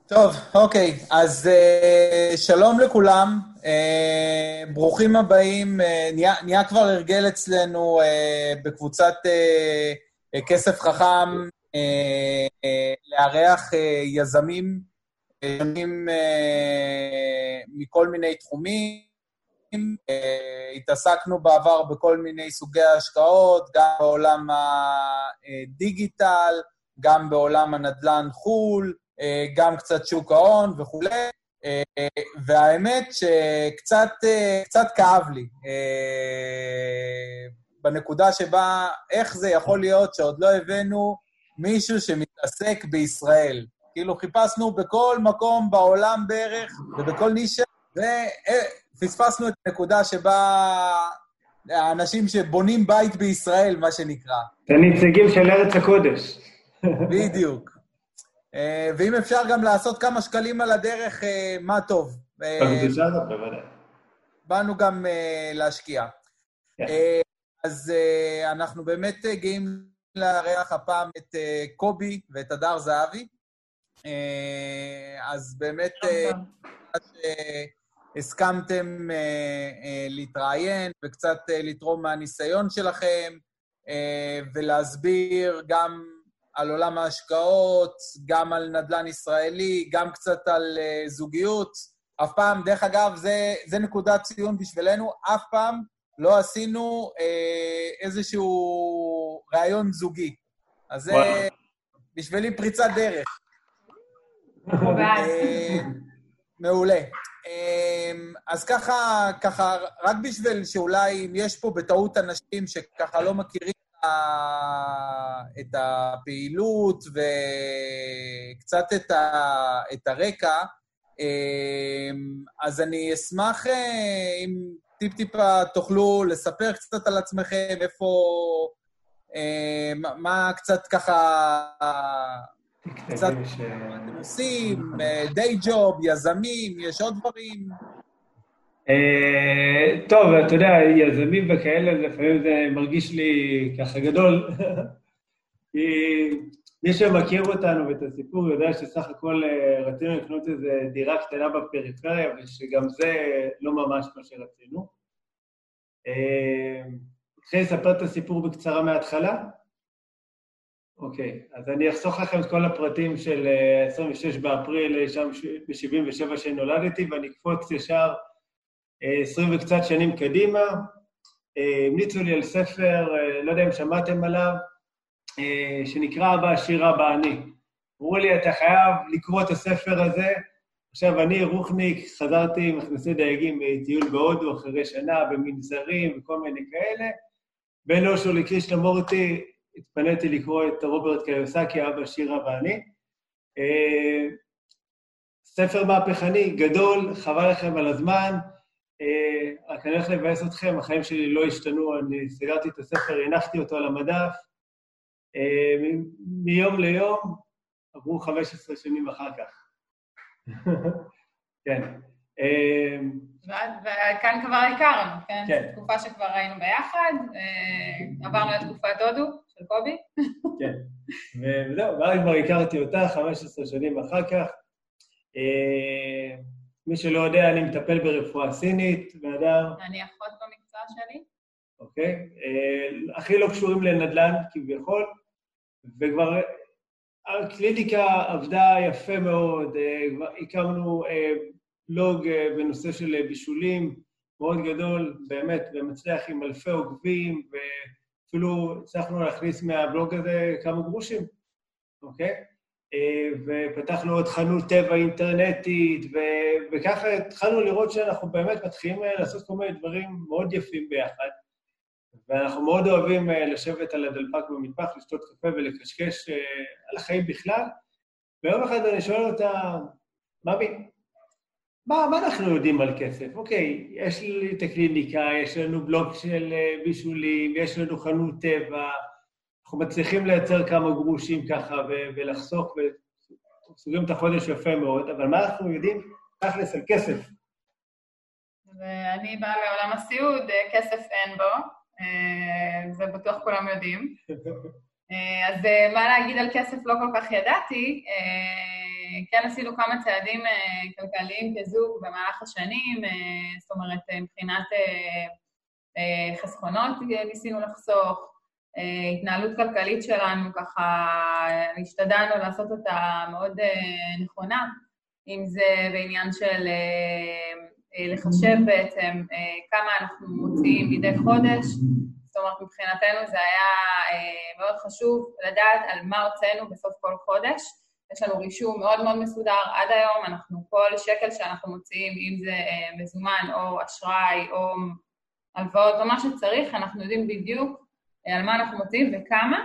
טוב, אוקיי, אז שלום לכולם, ברוכים הבאים, נהיה כבר הרגל אצלנו בקבוצת כסף חכם לארח יזמים שונים מכל מיני תחומים. התעסקנו בעבר בכל מיני סוגי ההשקעות, גם בעולם הדיגיטל, גם בעולם הנדל"ן חול, גם קצת שוק ההון וכו'. והאמת שקצת כאב לי בנקודה שבה איך זה יכול להיות שעוד לא הבאנו מישהו שמתעסק בישראל. כאילו חיפשנו בכל מקום בעולם בערך ובכל נישה, ופספסנו את הנקודה שבה האנשים שבונים בית בישראל, מה שנקרא. את הנציגים של ארץ הקודש. בדיוק. ואם אפשר גם לעשות כמה שקלים על הדרך, מה טוב. בקדושה הזאת, בוודאי. באנו גם להשקיע. אז אנחנו באמת גאים לארח הפעם את קובי ואת הדר זהבי. אז באמת הסכמתם להתראיין וקצת לתרום מהניסיון שלכם, ולהסביר גם על עולם ההשקעות, גם על נדל"ן ישראלי, גם קצת על זוגיות. אף פעם, דרך אגב, זה נקודת ציון בשבילנו, אף פעם לא עשינו איזשהו רעיון זוגי. אז זה בשבילי פריצת דרך. מעולה. אז ככה, רק בשביל שאולי אם יש פה בטעות אנשים שככה לא מכירים את הפעילות וקצת את הרקע, אז אני אשמח אם טיפה תוכלו לספר קצת על עצמכם, איפה, מה קצת ככה, קצת מה אתם עושים, די ג'וב, יזמים, יש עוד דברים? טוב, אתה יודע, יזמים וכאלה, לפעמים זה מרגיש לי ככה גדול. כי מי שמכיר אותנו ואת הסיפור יודע שסך הכל רצינו לקנות איזו דירה קטנה בפריפריה, ושגם זה לא ממש מה שרצינו. התחיל לספר את הסיפור בקצרה מההתחלה? אוקיי, אז אני אחסוך לכם את כל הפרטים של 26 באפריל, שם ב-77 שנולדתי, ואני אקפוץ ישר 20 וקצת שנים קדימה. המליצו לי על ספר, לא יודע אם שמעתם עליו, שנקרא אבא עשיר אבא עני. אמרו לי, אתה חייב לקרוא את הספר הזה. עכשיו, אני רוחניק, חזרתי עם מכנסי דייגים בטיול בהודו אחרי שנה, במנזרים וכל מיני כאלה. בין אושו לקרישנמורטי, התפניתי לקרוא את רוברט קיוסקי, אבא עשיר אבא עני. ספר מהפכני, גדול, חבל לכם על הזמן. רק אני הולך לבאס אתכם, החיים שלי לא השתנו, אני סגרתי את הספר, הנחתי אותו על המדף. מיום ליום עברו 15 שנים אחר כך. כן. וכאן כבר הכרנו, כן? תקופה שכבר היינו ביחד, עברנו לתקופת הודו של קובי. כן, וזהו, ואז כבר הכרתי אותה 15 שנים אחר כך. מי שלא יודע, אני מטפל ברפואה סינית, והדר. אני אחות במקצוע שלי. אוקיי, הכי לא קשורים לנדל"ן כביכול, וכבר הקליניקה עבדה יפה מאוד, הקמנו בלוג בנושא של בישולים מאוד גדול, באמת, ומצליח עם אלפי עוקבים, ואפילו הצלחנו להכניס מהבלוג הזה כמה גרושים, אוקיי? ופתחנו עוד חנות טבע אינטרנטית, וככה התחלנו לראות שאנחנו באמת מתחילים לעשות כל מיני דברים מאוד יפים ביחד, ואנחנו מאוד אוהבים לשבת על הדלפק במטבח, לשתות קפה ולקשקש על החיים בכלל. ויום אחד אני שואל אותה, מה אנחנו יודעים על כסף? אוקיי, יש לי את הקליניקה, יש לנו בלוג של בישולים, יש לנו חנות טבע, אנחנו מצליחים לייצר כמה גרושים ככה ולחסוך, וסוגרים את החודש יפה מאוד, אבל מה אנחנו יודעים? תכלס על כסף. ואני באה מעולם הסיעוד, כסף אין בו. זה בטוח כולם יודעים. אז מה להגיד על כסף לא כל כך ידעתי, כן עשינו כמה צעדים כלכליים כזוג במהלך השנים, זאת אומרת, מבחינת חסכונות ניסינו לחסוך, התנהלות כלכלית שלנו, ככה השתדלנו לעשות אותה מאוד נכונה, אם זה בעניין של לחשב בעצם כמה אנחנו מוציאים מדי חודש, זאת אומרת, מבחינתנו זה היה מאוד חשוב לדעת על מה הוצאנו בסוף כל חודש. יש לנו רישום מאוד מאוד מסודר עד היום, אנחנו כל שקל שאנחנו מוציאים, אם זה מזומן או אשראי או הלוואות או מה שצריך, אנחנו יודעים בדיוק על מה אנחנו מוציאים וכמה,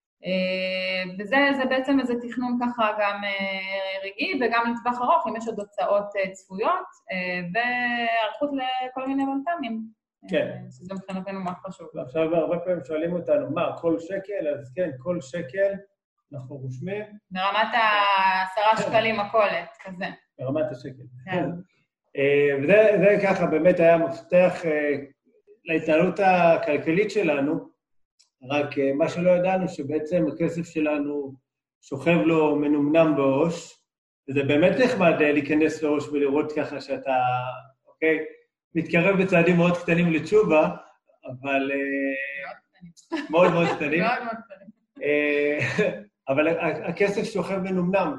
וזה בעצם איזה תכנון ככה גם רגעי וגם לטווח ארוך, אם יש עוד הוצאות צפויות, והערכות לכל מיני מלת"מים. כן. שזה מבחינתנו מאוד חשוב. ועכשיו הרבה פעמים שואלים אותנו, מה, כל שקל? אז כן, כל שקל אנחנו רושמים. ברמת 10 שקלים מכולת, כזה. ברמת השקל. כן. וזה ככה באמת היה מפתח להתנהלות הכלכלית שלנו, רק מה שלא ידענו שבעצם הכסף שלנו שוכב לו מנומנם בראש, וזה באמת נחמד להיכנס לראש ולראות ככה שאתה, אוקיי, מתקרב בצעדים מאוד קטנים לתשובה, אבל מאוד מאוד קטנים. מאוד מאוד קטנים. אבל הכסף שוכב מנומנם,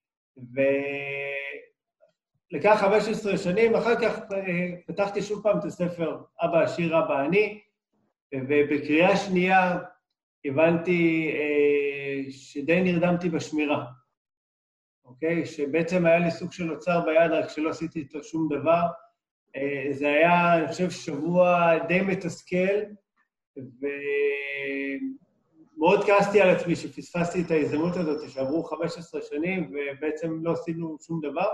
ולקח 15 שנים, אחר כך פתחתי שוב פעם את הספר אבא עשיר אבא עני, ובקריאה שנייה הבנתי שדי נרדמתי בשמירה, אוקיי? שבעצם היה לי סוג של אוצר ביד, רק שלא עשיתי איתו שום דבר. זה היה, אני חושב, שבוע די מתסכל, ומאוד כעסתי על עצמי שפספסתי את ההזדמנות הזאת, שעברו 15 שנים ובעצם לא עשינו שום דבר.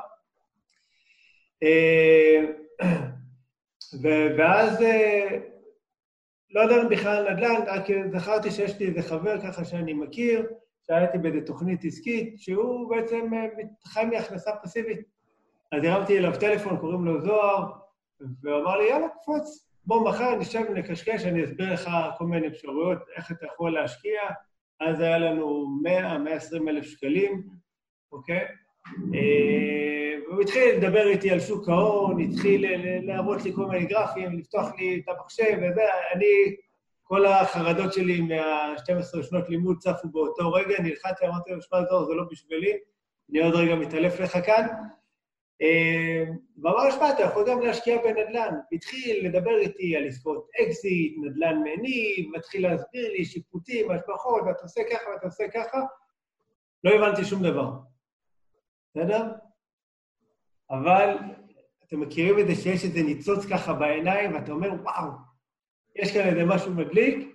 ואז לא ידענו בכלל נדל"ן, רק זכרתי שיש לי איזה חבר ככה שאני מכיר, שהייתי באיזה תוכנית עסקית, שהוא בעצם חי מהכנסה פסיבית. אז הרמתי אליו טלפון, קוראים לו זוהר, והוא אמר לי, יאללה, קפוץ, בוא מחר נשב ונקשקש, אני אסביר לך כל מיני אפשרויות, איך אתה יכול להשקיע. אז היה לנו 120 אלף שקלים, אוקיי? והוא התחיל לדבר איתי על שוק ההון, התחיל להראות לי כל מיני גרפים, לפתוח לי את המחשב, וזה, אני, כל החרדות שלי מה-12 שנות לימוד צפו באותו רגע, נלחצתי, אמרתי לו, שמע זוהר, זה לא בשבילי, אני עוד רגע מתעלף לך כאן. ואמר, שמע, אתה יכול גם להשקיע בנדל"ן. התחיל לדבר איתי על עסקאות אקזיט, נדל"ן מניב, מתחיל להסביר לי שיפוטים, השפחות, ואתה עושה ככה ואתה עושה ככה. לא הבנתי שום דבר. בסדר? אבל אתם מכירים את זה שיש איזה ניצוץ ככה בעיניים, ואתה אומר, וואו, יש כאן איזה משהו מדליק.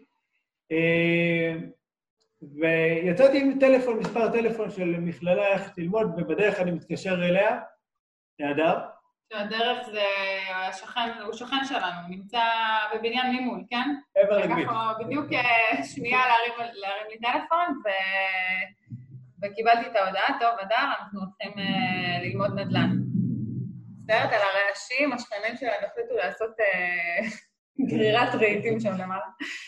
ויצאתי עם טלפון, מספר טלפון של מכללה איך ללמוד, ובדרך אני מתקשר אליה, להדר. שהדרך זה השכן, הוא שכן שלנו, הוא נמצא בבניין ממול, כן? עבר לגבית. וככה בדיוק שנייה להרים לי טלפון, וקיבלתי את ההודעה, טוב, הדר, אנחנו הולכים ללמוד נדל"ן. מצטערת על הרעשים, השכנים שלנו החליטו לעשות גרירת רהיטים שם למעלה.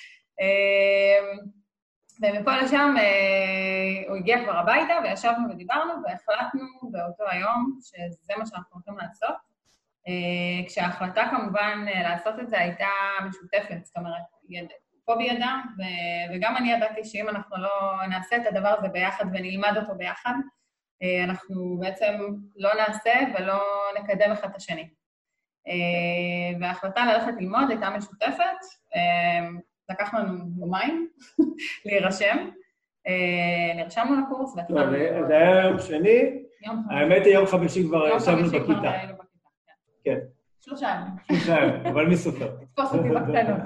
ומפה לשם הוא הגיע כבר הביתה, וישבנו ודיברנו, והחלטנו באותו היום שזה מה שאנחנו הולכים לעשות. כשההחלטה כמובן לעשות את זה הייתה משותפת, זאת אומרת, פה בידם, וגם אני ידעתי שאם אנחנו לא נעשה את הדבר הזה ביחד ונלמד אותו ביחד, אנחנו בעצם לא נעשה ולא נקדם אחד את השני. וההחלטה ללכת ללמוד הייתה משותפת, לקח לנו יומיים להירשם, נרשמנו לקורס והתחלנו. זה היה יום שני, האמת היא יום חמישי כבר ישבנו בכיתה. כן. 3 ימים. 3 ימים, אבל מי סופר? תתפוס אותי בקטנות.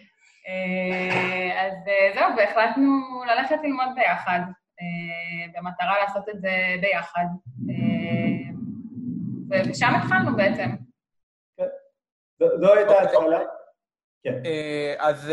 אז זהו, והחלטנו ללכת ללמוד ביחד, במטרה לעשות את זה ביחד. ושם התחלנו בעצם. כן. זו הייתה התחלה. אז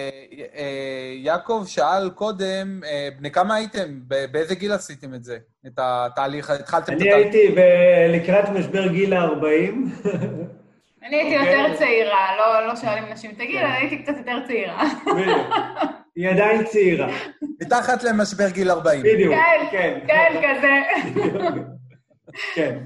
יעקב שאל קודם, בני כמה הייתם? באיזה גיל עשיתם את זה? את התהליך, התחלתם את התהליך? אני הייתי לקראת משבר גיל 40. אני הייתי יותר צעירה, לא שואלים נשים את הגיל, אני הייתי קצת יותר צעירה. היא עדיין צעירה. מתחת למשבר גיל 40. בדיוק, כן, כזה. כן.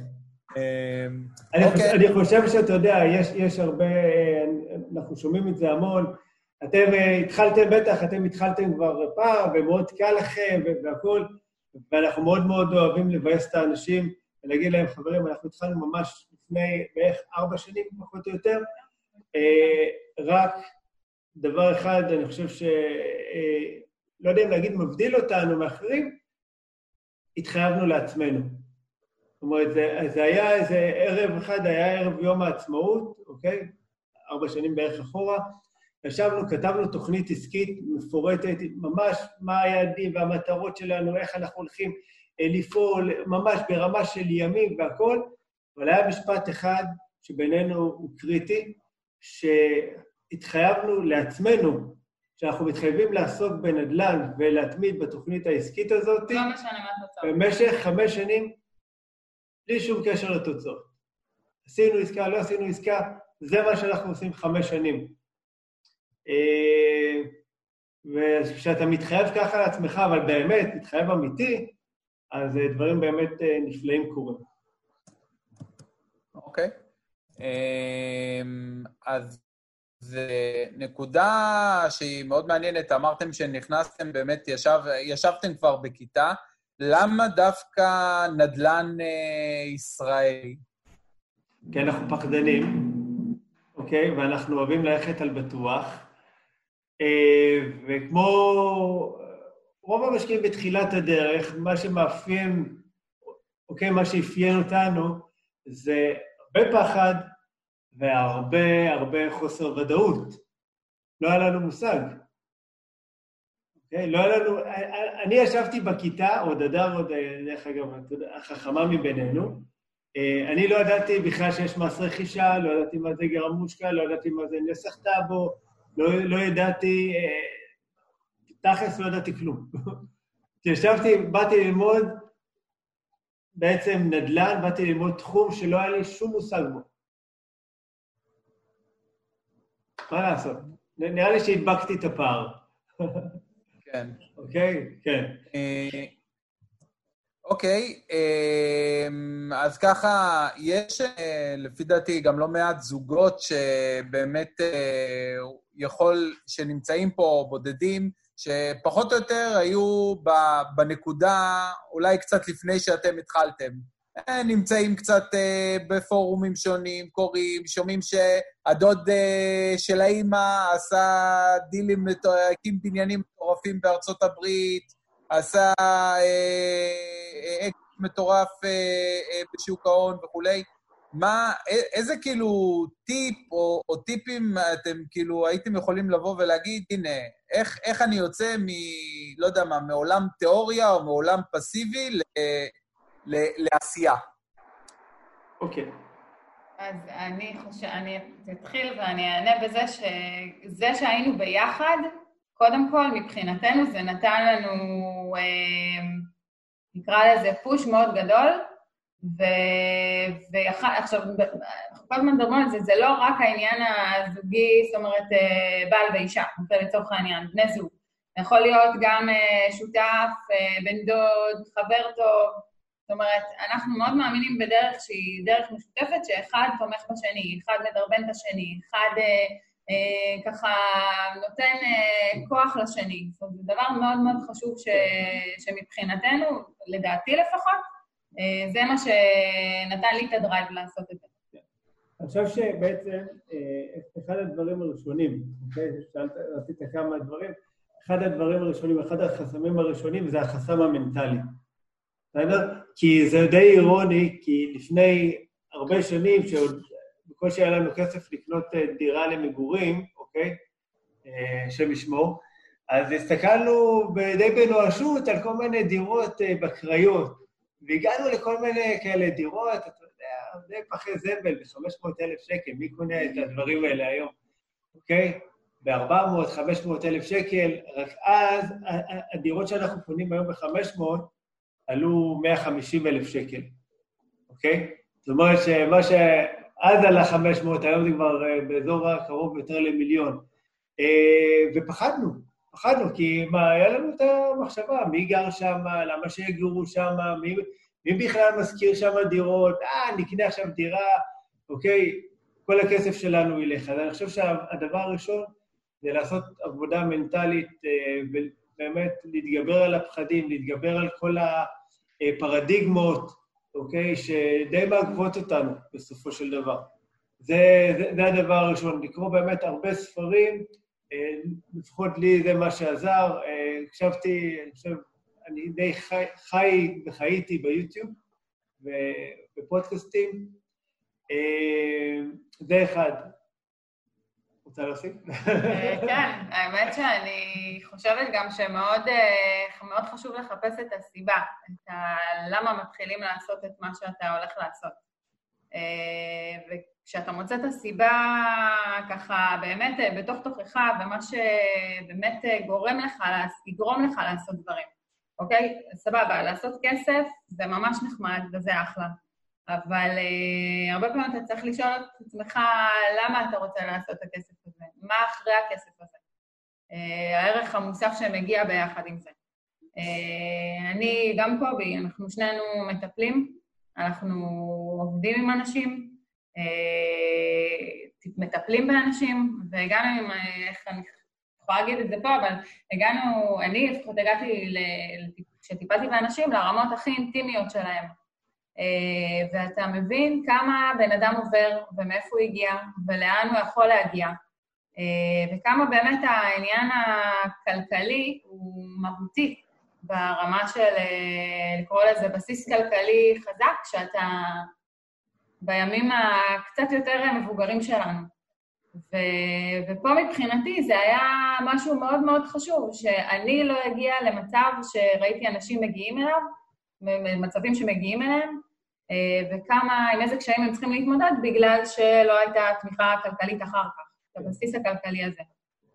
אני חושב שאתה יודע, יש הרבה, אנחנו שומעים את זה המון, אתם התחלתם כבר פעם, ומאוד קל לכם והכל, ואנחנו מאוד מאוד אוהבים לבאס את האנשים, ולהגיד להם, חברים, אנחנו התחלנו ממש לפני בערך 4 שנים, פחות או יותר, רק דבר אחד, אני חושב לא יודע אם להגיד מבדיל אותנו מאחרים, התחייבנו לעצמנו. זאת אומרת, זה היה איזה ערב אחד, היה ערב יום העצמאות, אוקיי? 4 שנים בערך אחורה, ישבנו, כתבנו תוכנית עסקית מפורטת, ממש מה היעדים והמטרות שלנו, איך אנחנו הולכים לפעול, ממש ברמה של ימים והכל, אבל היה משפט אחד שבינינו הוא קריטי, שהתחייבנו לעצמנו, שאנחנו מתחייבים לעסוק בנדל"ן ולהתמיד בתוכנית העסקית הזאת, לא משנה מה התוצאות. במשך 5 שנים, בלי שום קשר לתוצאות. עשינו עסקה, לא עשינו עסקה, זה מה שאנחנו עושים 5 שנים. וכשאתה מתחייב ככה לעצמך, אבל באמת, מתחייב אמיתי, אז דברים באמת נפלאים קורים. אוקיי. אז זו נקודה שהיא מאוד מעניינת, אמרתם שנכנסתם, באמת ישבתם כבר בכיתה, למה דווקא נדל"ן ישראלי? כי אנחנו פחדנים, אוקיי? ואנחנו אוהבים ללכת על בטוח, וכמו רוב המשקיעים בתחילת הדרך, מה שמאפיין, אוקיי, מה שאפיין אותנו, זה הרבה פחד והרבה חוסר ודאות. לא היה לנו מושג. אוקיי? לא היה לנו, אני ישבתי בכיתה, עוד דרך אגב, החכמה מבינינו, אני לא ידעתי בכלל שיש מס רכישה, לא ידעתי מה זה גרמושקה, לא ידעתי מה זה נסח טאבו, לא ידעתי, תכלס לא ידעתי כלום. כשישבתי, באתי ללמוד בעצם נדל"ן, באתי ללמוד תחום שלא היה לי שום מושג בו. מה לעשות? נראה לי שהדבקתי את הפער. כן. אוקיי? כן. אוקיי, אז ככה, יש לפי דעתי גם לא מעט זוגות שבאמת שנמצאים פה בודדים, שפחות או יותר היו בנקודה, אולי קצת לפני שאתם התחלתם. נמצאים קצת בפורומים שונים, קוראים, שומעים שהדוד של האמא עשה דילים, הקים בניינים מטורפים בארצות הברית, עשה מטורף בשוק ההון וכולי. איזה כאילו טיפ או טיפים אתם כאילו הייתם יכולים לבוא ולהגיד, הנה, איך אני יוצא לא יודע מה, מעולם תיאוריה או מעולם פסיבי לעשייה? אוקיי. אז אני אתחיל ואני אענה בזה שזה שהיינו ביחד, קודם כל, מבחינתנו זה נתן לנו, נקרא לזה פוש מאוד גדול, ועכשיו, כל הזמן מדברים על זה, זה לא רק העניין הזוגי, זאת אומרת, בעל ואישה, לצורך העניין, בני זוג. זה יכול להיות גם שותף, בן דוד, חבר טוב, זאת אומרת, אנחנו מאוד מאמינים בדרך שהיא דרך משותפת, שאחד תומך בשני, אחד מדרבן את השני, אחד ככה נותן כוח לשני. זאת אומרת, זה דבר מאוד מאוד חשוב שמבחינתנו, לדעתי לפחות, זה מה שנתן לי את הדרייב לעשות את זה. אני חושב שבעצם אחד הדברים הראשונים, אוקיי? רצית כמה דברים, אחד הדברים הראשונים, אחד החסמים הראשונים זה החסם המנטלי. בסדר? כי זה די אירוני, כי לפני הרבה שנים, שעוד בקושי היה לנו כסף לקנות דירה למגורים, אוקיי? שם ישמור, אז הסתכלנו די בנואשות על כל מיני דירות בקריות, והגענו לכל מיני כאלה דירות, אתה יודע, די פחי זבל, ב-500,000 שקל, מי קונה את הדברים האלה היום, אוקיי? ב-400, 500,000 שקל, רק אז הדירות שאנחנו קונים היום ב-500, עלו 150,000 שקל, אוקיי? זאת אומרת שמה שאז עלה 500, היום זה כבר באזור הקרוב יותר למיליון. ופחדנו, כי היה לנו את המחשבה, מי גר שם, למה שיגורו שם, מי בכלל מזכיר שם דירות, נקנה עכשיו דירה, אוקיי, כל הכסף שלנו ילך. אז אני חושב שהדבר הראשון זה לעשות עבודה מנטלית, ובאמת להתגבר על הפחדים, להתגבר על כל הפרדיגמות, אוקיי, שדי מעכבות אותנו בסופו של דבר. זה הדבר הראשון, לקרוא באמת הרבה ספרים, לפחות לי זה מה שעזר, הקשבתי, אני חושב, אני די חי וחייתי ביוטיוב ובפודקאסטים, זה אחד. רוצה להוסיף? כן, האמת שאני חושבת גם שמאוד חשוב לחפש את הסיבה, למה מתחילים לעשות את מה שאתה הולך לעשות. וכשאתה מוצא את הסיבה ככה באמת בתוך תוכך, ומה שבאמת יגרום לך לעשות דברים. אוקיי? סבבה, לעשות כסף זה ממש נחמד וזה אחלה. אבל הרבה פעמים אתה צריך לשאול את עצמך למה אתה רוצה לעשות את הכסף הזה, מה אחרי הכסף הזה, הערך המוסף שמגיע ביחד עם זה. אני גם קובי, אנחנו שנינו מטפלים, אנחנו עובדים עם אנשים, מטפלים באנשים, והגענו עם, איך אני יכולה להגיד את זה פה, אבל אני לפחות הגעתי, כשטיפלתי באנשים, לרמות הכי אינטימיות שלהם. ואתה מבין כמה בן אדם עובר ומאיפה הוא הגיע ולאן הוא יכול להגיע, וכמה באמת העניין הכלכלי הוא מהותי ברמה של לקרוא לזה בסיס כלכלי חזק, שאתה בימים הקצת יותר מבוגרים שלנו. ופה מבחינתי זה היה משהו מאוד מאוד חשוב, שאני לא אגיע למצב שראיתי אנשים מגיעים אליו, במצבים שמגיעים אליהם, עם איזה קשיים הם צריכים להתמודד, בגלל שלא הייתה תמיכה כלכלית אחר כך, הבסיס הכלכלי הזה.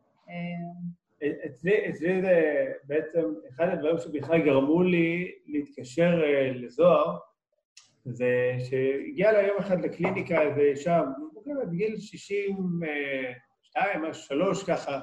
אצלי זה בעצם אחד הדברים שבכלל גרמו לי להתקשר לזוהר, זה שהגיע לה יום אחד לקליניקה, זה שם, בגיל 62, 3 ככה,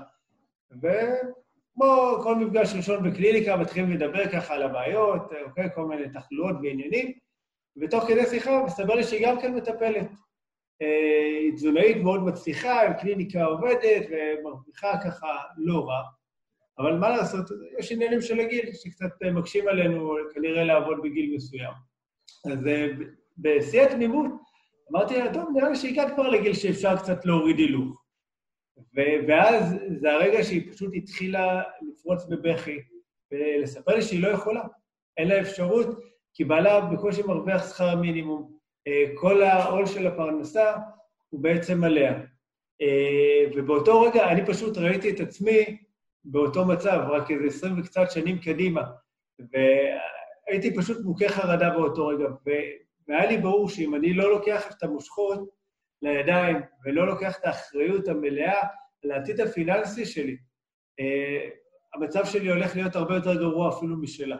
כמו כל מפגש ראשון בקליניקה, מתחילים לדבר ככה על הבעיות, אוקיי, כל מיני תחלואות ועניינים, ותוך כדי שיחה מסתבר לי שהיא גם כן מטפלת. היא תזונאית מאוד מצליחה, עם קליניקה עובדת, ומרוויחה ככה לא רע, אבל מה לעשות, יש עניינים של הגיל, שקצת מקשים עלינו כנראה לעבוד בגיל מסוים. אז בשיא התמימות, אמרתי לה, טוב, נראה לי שהגעת כבר לגיל שאפשר קצת להוריד הילוך. ואז זה הרגע שהיא פשוט התחילה לפרוץ בבכי, ולספר לי שהיא לא יכולה. אין לה אפשרות, כי בעלה בקושי מרוויח שכר המינימום. כל העול של הפרנסה הוא בעצם עליה. ובאותו רגע אני פשוט ראיתי את עצמי באותו מצב, רק איזה 20 וקצת שנים קדימה. והייתי פשוט מוכה חרדה באותו רגע. והיה לי ברור שאם אני לא לוקח את המושכות לידיים, ולא לוקח את האחריות המלאה על העתיד הפיננסי שלי, המצב שלי הולך להיות הרבה יותר גרוע אפילו משלה.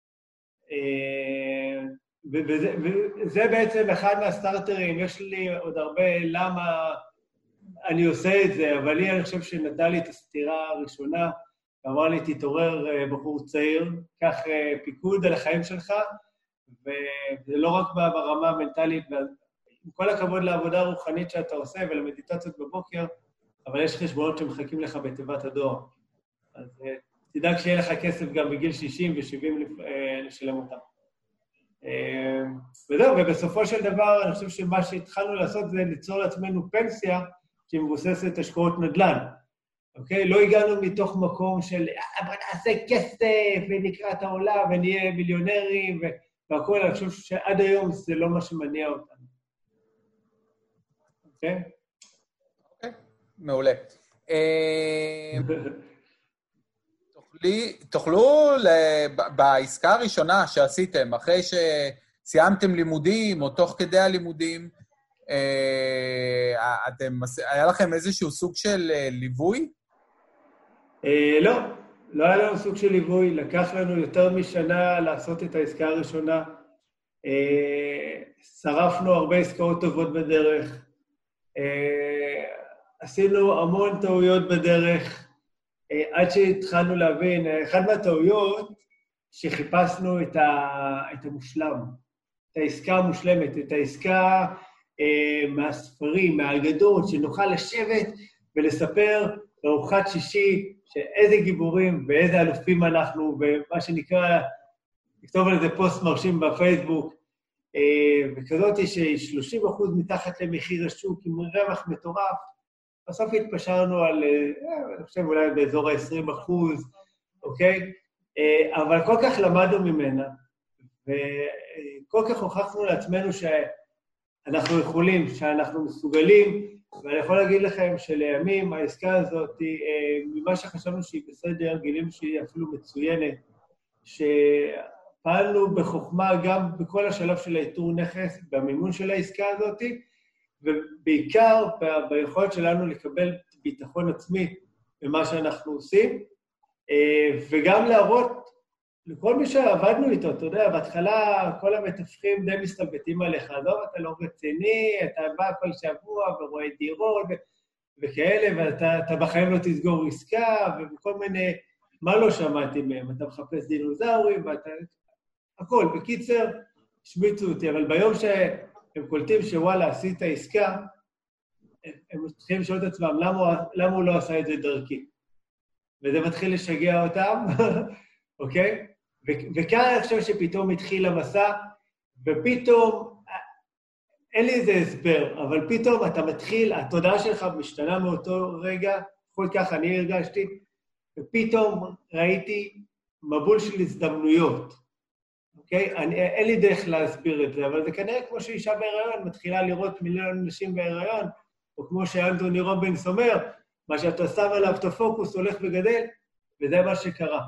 וזה בעצם אחד מהסטארטרים, יש לי עוד הרבה למה אני עושה את זה, אבל אני חושב שנתנה לי את הסתירה הראשונה, ואמר לי, תתעורר בחור צעיר, קח פיקוד על החיים שלך, וזה לא רק ברמה המנטלית, עם כל הכבוד לעבודה הרוחנית שאתה עושה ולמדיטציות בבוקר, אבל יש חשבונות שמחכים לך בתיבת הדואר. אז תדאג שיהיה לך כסף גם בגיל 60 ו-70 לשלם אותם. וזהו, ובסופו של דבר אני חושב שמה שהתחלנו לעשות זה ליצור לעצמנו פנסיה שמבוססת השקעות נדל"ן. אוקיי? לא הגענו מתוך מקום של בוא נעשה כסף ונקרא את העולם ונהיה מיליונרים והכל, אני חושב שעד היום זה לא מה שמניע אותנו. אוקיי? אוקיי, מעולה. תוכלו בעסקה הראשונה שעשיתם, אחרי שסיימתם לימודים או תוך כדי הלימודים, היה לכם איזשהו סוג של ליווי? לא היה לנו סוג של ליווי, לקח לנו יותר משנה לעשות את העסקה הראשונה. שרפנו הרבה עסקאות טובות בדרך, עשינו המון טעויות בדרך, עד שהתחלנו להבין, אחד מהטעויות שחיפשנו את המושלם. העסקה המושלמת, את העסקה מהספרים, מהאגדות, שנוכל לשבת ולספר לארוחת שישי שאיזה גיבורים ואיזה אלופים אנחנו, ומה שנקרא, לכתוב על זה פוסט מרשים בפייסבוק, וכזאת ש30% מתחת למחיר השוק עם רווח מטורף. בסוף התפשרנו על, אני חושב אולי באזור ה-20%, אוקיי? אבל כל כך למדנו ממנה, וכל כך הוכחנו לעצמנו שאנחנו יכולים, שאנחנו מסוגלים, ואני יכול להגיד לכם שלימים העסקה הזאת, ממה שחשבנו שהיא בסדר, גילים שהיא אפילו מצוינת, שפעלנו בחוכמה גם בכל השלב של האיתור נכס, במימון של העסקה הזאת, ובעיקר ביכולת שלנו לקבל ביטחון עצמי במה שאנחנו עושים, וגם להראות לכל מי שעבדנו איתו, אתה יודע, בהתחלה כל המתווכים די מסתלבטים עליך, לא, אתה לא רציני, אתה בא כל שבוע ורואה דירות וכאלה, ואתה בחיים לא תסגור עסקה, וכל מיני, מה לא שמעתי מהם, אתה מחפש דינוזאורים, ואתה... הכל, בקיצר, שמיצו אותי, אבל ביום שהם קולטים שוואלה, עשית עסקה, הם מתחילים לשאול את עצמם, למה הוא לא עשה את זה דרכי? וזה מתחיל לשגע אותם, אוקיי? וכאן אני חושב שפתאום התחיל המסע, ופתאום, אין לי איזה הסבר, אבל פתאום אתה מתחיל, התודעה שלך משתנה מאותו רגע, כל כך אני הרגשתי, ופתאום ראיתי מבול של הזדמנויות, אוקיי? אין לי דרך להסביר את זה, אבל זה כנראה כמו שאישה בהיריון מתחילה לראות מיליון נשים בהיריון, או כמו שאנתוני רובינס אומר, מה שאתה שם עליו את הפוקוס הולך וגדל, וזה מה שקרה.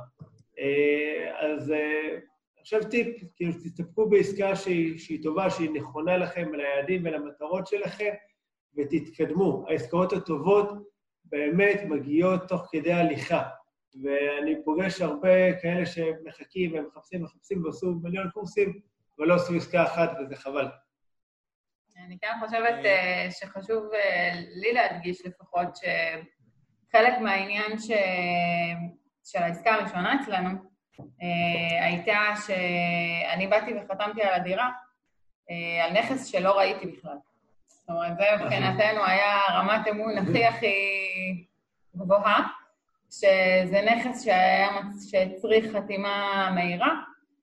אז עכשיו טיפ, כאילו תסתפקו בעסקה שהיא טובה, שהיא נכונה לכם, ליעדים ולמטרות שלכם, ותתקדמו. העסקאות הטובות באמת מגיעות תוך כדי הליכה, ואני פוגש הרבה כאלה שמחכים ומחפשים ועשו מיליון קורסים, ולא עשו עסקה אחת, וזה חבל. אני כן חושבת שחשוב לי להדגיש לפחות שחלק מהעניין של העסקה הראשונה אצלנו הייתה שאני באתי וחתמתי על הדירה על נכס שלא ראיתי בכלל. זאת אומרת, זה מבחינתנו היה רמת אמון הכי גבוהה, שזה נכס שצריך חתימה מהירה,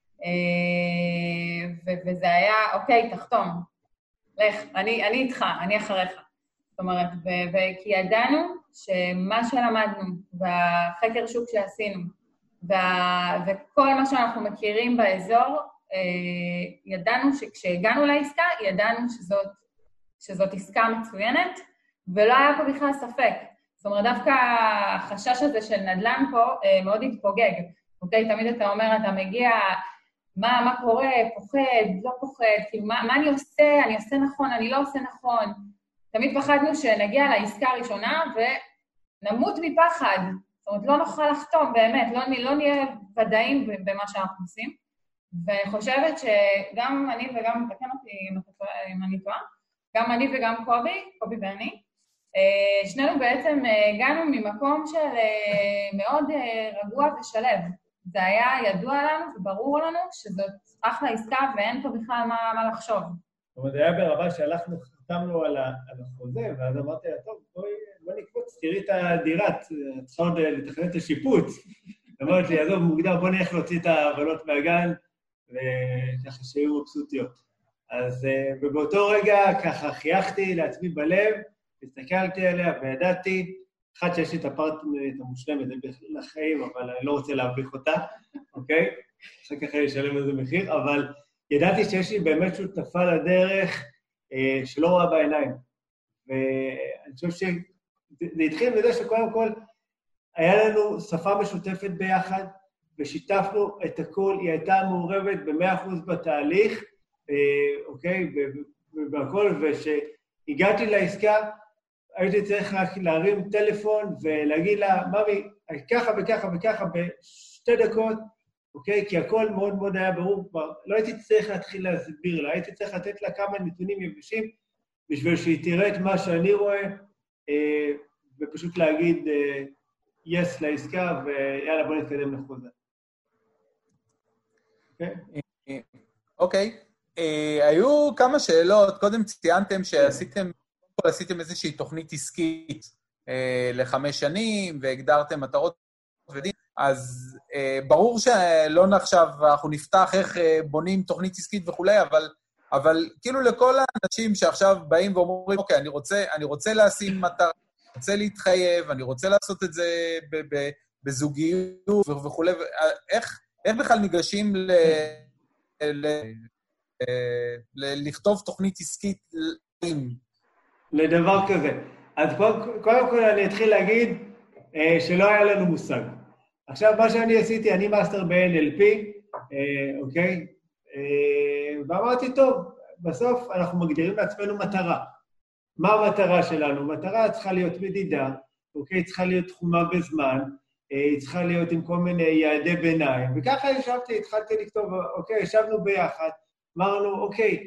וזה היה, אוקיי, תחתום. לך, אני איתך, אני אחריך. זאת אומרת, כי ידענו שמה שלמדנו, והחקר שוק שעשינו, וכל מה שאנחנו מכירים באזור, ידענו שכשהגענו לעסקה, ידענו שזאת עסקה מצוינת, ולא היה פה בכלל ספק. זאת אומרת, דווקא החשש הזה של נדל"ן פה מאוד התפוגג. אוקיי, תמיד אתה אומר, אתה מגיע... מה קורה, פוחד, לא פוחד, כאילו, מה אני עושה? אני עושה נכון, אני לא עושה נכון. תמיד פחדנו שנגיע לעסקה הראשונה ונמות מפחד. זאת אומרת, לא נוכל לחתום, באמת, לא נהיה ודאים במה שאנחנו עושים. ואני חושבת שגם אני וגם, תקן אותי אם אני טועה, גם אני וגם קובי ואני, שנינו בעצם הגענו ממקום של מאוד רגוע ושלב. זה היה ידוע לנו וברור לנו שזאת אחלה עסקה ואין פה בכלל מה לחשוב. זאת אומרת, היה ברמה שהלכנו, חתמנו על החוזה, ואז אמרתי לה, טוב, בואי נקפוץ, תראי את הדירה, צריכה עוד לתכנן את השיפוץ. אמרתי לי, עזוב, מוקדם, בוא נלך להוציא את הבנות מהגן, וככה שיהיו מבסוטיות. אז, ובאותו רגע ככה חייכתי לעצמי בלב, הסתכלתי עליה וידעתי, אחד שיש לי את הפרטנרית המושלמת, זה לחיים, אבל אני לא רוצה להביך אותה, אוקיי? אחר כך אני אשלם איזה מחיר, אבל ידעתי שיש לי באמת שותפה לדרך שלא רואה בעיניים. ואני חושב שזה התחיל בזה שקודם כל היה לנו שפה משותפת ביחד, ושיתפנו את הכל, היא הייתה מעורבת ב100% בתהליך, אוקיי? ובכל, ושהגעתי לעסקה, הייתי צריך רק להרים טלפון ולהגיד לה, ממי, ככה וככה וככה בשתי דקות, אוקיי? כי הכל מאוד מאוד היה ברור כבר. לא הייתי צריך להתחיל להסביר לה, הייתי צריך לתת לה כמה נתונים יבשים, בשביל שהיא תראה את מה שאני רואה, ופשוט להגיד yes לעסקה, ויאללה, בוא נתקדם לחוזה. אוקיי. היו כמה שאלות, קודם ציינתם שעשיתם איזושהי תוכנית עסקית ל5 שנים, והגדרתם מטרות ודין, אז ברור שלא נחשב, אנחנו נפתח איך בונים תוכנית עסקית וכולי, אבל כאילו לכל האנשים שעכשיו באים ואומרים, אוקיי, אני רוצה לשים מטרה, אני רוצה להתחייב, אני רוצה לעשות את זה בזוגיות וכולי, איך בכלל ניגשים לכתוב תוכנית עסקית לדבר כזה? אז קודם כל אני אתחיל להגיד שלא היה לנו מושג. עכשיו, מה שאני עשיתי, אני מאסטר ב-NLP, אוקיי? ואמרתי, טוב, בסוף אנחנו מגדירים לעצמנו מטרה. מה המטרה שלנו? מטרה צריכה להיות מדידה, אוקיי? צריכה להיות תחומה בזמן, היא צריכה להיות עם כל מיני יעדי ביניים, וככה התחלתי לכתוב, אוקיי, ישבנו ביחד, אמרנו, אוקיי,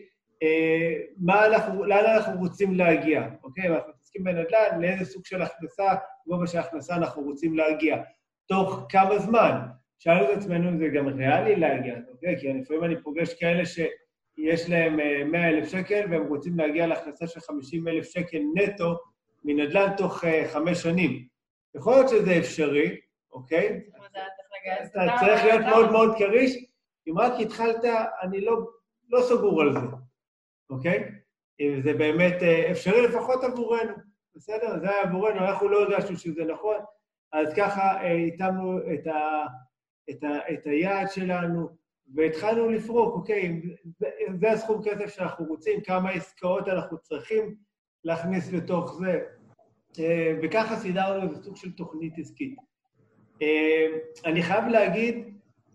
לאן אנחנו רוצים להגיע? אוקיי, אנחנו מתעסקים בנדל"ן, לאיזה סוג של הכנסה, גובה של הכנסה אנחנו רוצים להגיע. תוך כמה זמן? שאלנו את עצמנו אם זה גם ריאלי להגיע, אוקיי? כי לפעמים אני פוגש כאלה שיש להם 100,000 שקל, והם רוצים להגיע להכנסה של 50,000 שקל נטו מנדל"ן תוך 5 שנים. יכול להיות שזה אפשרי, אוקיי? אתה צריך להיות מאוד מאוד קריש, אם רק התחלת, אני לא סגור על זה, אוקיי? אם זה באמת אפשרי לפחות עבורנו, בסדר? זה היה עבורנו, אנחנו לא הרגשנו שזה נכון, אז ככה התאמנו את היעד שלנו, והתחלנו לפרוק, אוקיי, זה הסכום כסף שאנחנו רוצים, כמה עסקאות אנחנו צריכים להכניס לתוך זה, וככה סידרנו איזה סוג של תוכנית עסקית. אני חייב להגיד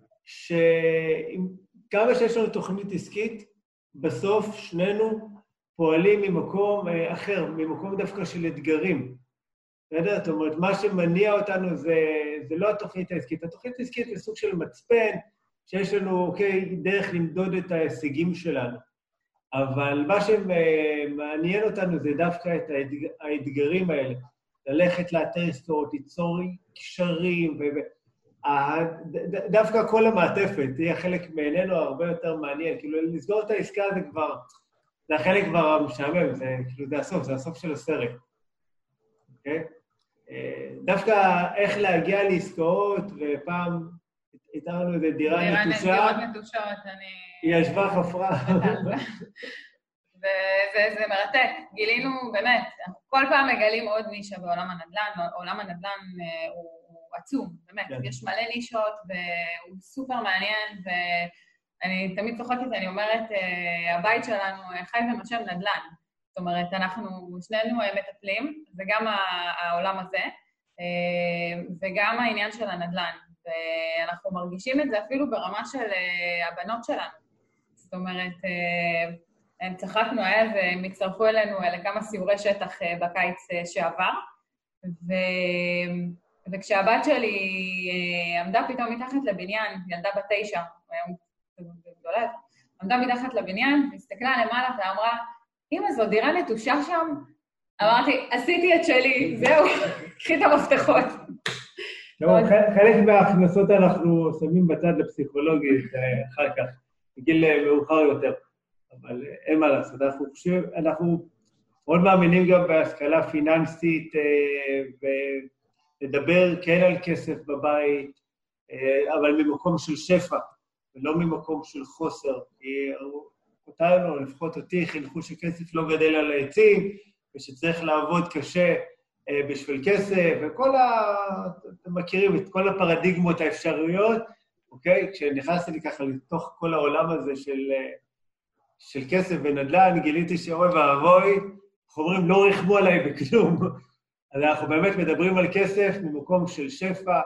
שכמה שיש לנו תוכנית עסקית, בסוף שנינו פועלים ממקום אחר, ממקום דווקא של אתגרים. זאת אומרת, מה שמניע אותנו זה לא התוכנית העסקית. התוכנית העסקית זה סוג של מצפן, שיש לנו, אוקיי, דרך למדוד את ההישגים שלנו. אבל מה שמעניין אותנו זה דווקא את האתגרים האלה. ללכת לאתר עסקאות, ליצור קשרים, דווקא כל המעטפת תהיה חלק מעינינו הרבה יותר מעניין. כאילו, לסגור את העסקה זה החלק כבר המשעמם, זה הסוף של הסרט. אוקיי? דווקא איך להגיע לעסקאות, ופעם התארנו איזה דירה נטושה. דירות נטושות, היא ישבה חפרה. וזה מרתק. גילינו, באמת, כל פעם מגלים עוד נישה בעולם הנדל"ן, עולם הנדל"ן הוא עצום, באמת. יש מלא נישות, והוא סופר מעניין, ואני תמיד צוחקת, אני אומרת, הבית שלנו חי ונושם נדל"ן. זאת אומרת, אנחנו שנינו מטפלים, זה גם העולם הזה, וגם העניין של הנדל"ן. ואנחנו מרגישים את זה אפילו ברמה של הבנות שלנו. זאת אומרת, הם צחקנו, הם הצטרפו אלינו לכמה סיורי שטח בקיץ שעבר, וכשהבת שלי עמדה פתאום מתחת לבניין, ילדה בת 9, היום גדולה, עמדה מתחת לבניין, והסתכלה למעלה ואמרה, אמא, זו דירה נטושה שם? אמרתי, עשיתי את שלי, זהו, קחי את המפתחות. חלק מההכנסות אנחנו שמים בצד לפסיכולוגית אחר כך, בגיל מאוחר יותר. אבל אין מה לעשות, אנחנו מאוד מאמינים גם בהשכלה פיננסית, ולדבר כן על כסף בבית, אבל ממקום של שפע, ולא ממקום של חוסר. כי אותנו, לפחות אותי, חינכו שכסף לא גדל על העצים, ושצריך לעבוד קשה בשביל כסף, אתם מכירים את כל הפרדיגמות האפשריות, אוקיי? כשנכנסתי לי ככה לתוך כל העולם הזה של כסף ונדל"ן, גיליתי שאוי ואבוי, אנחנו אומרים, לא רחמו עליי בכלום. אז אנחנו באמת מדברים על כסף ממקום של שפע,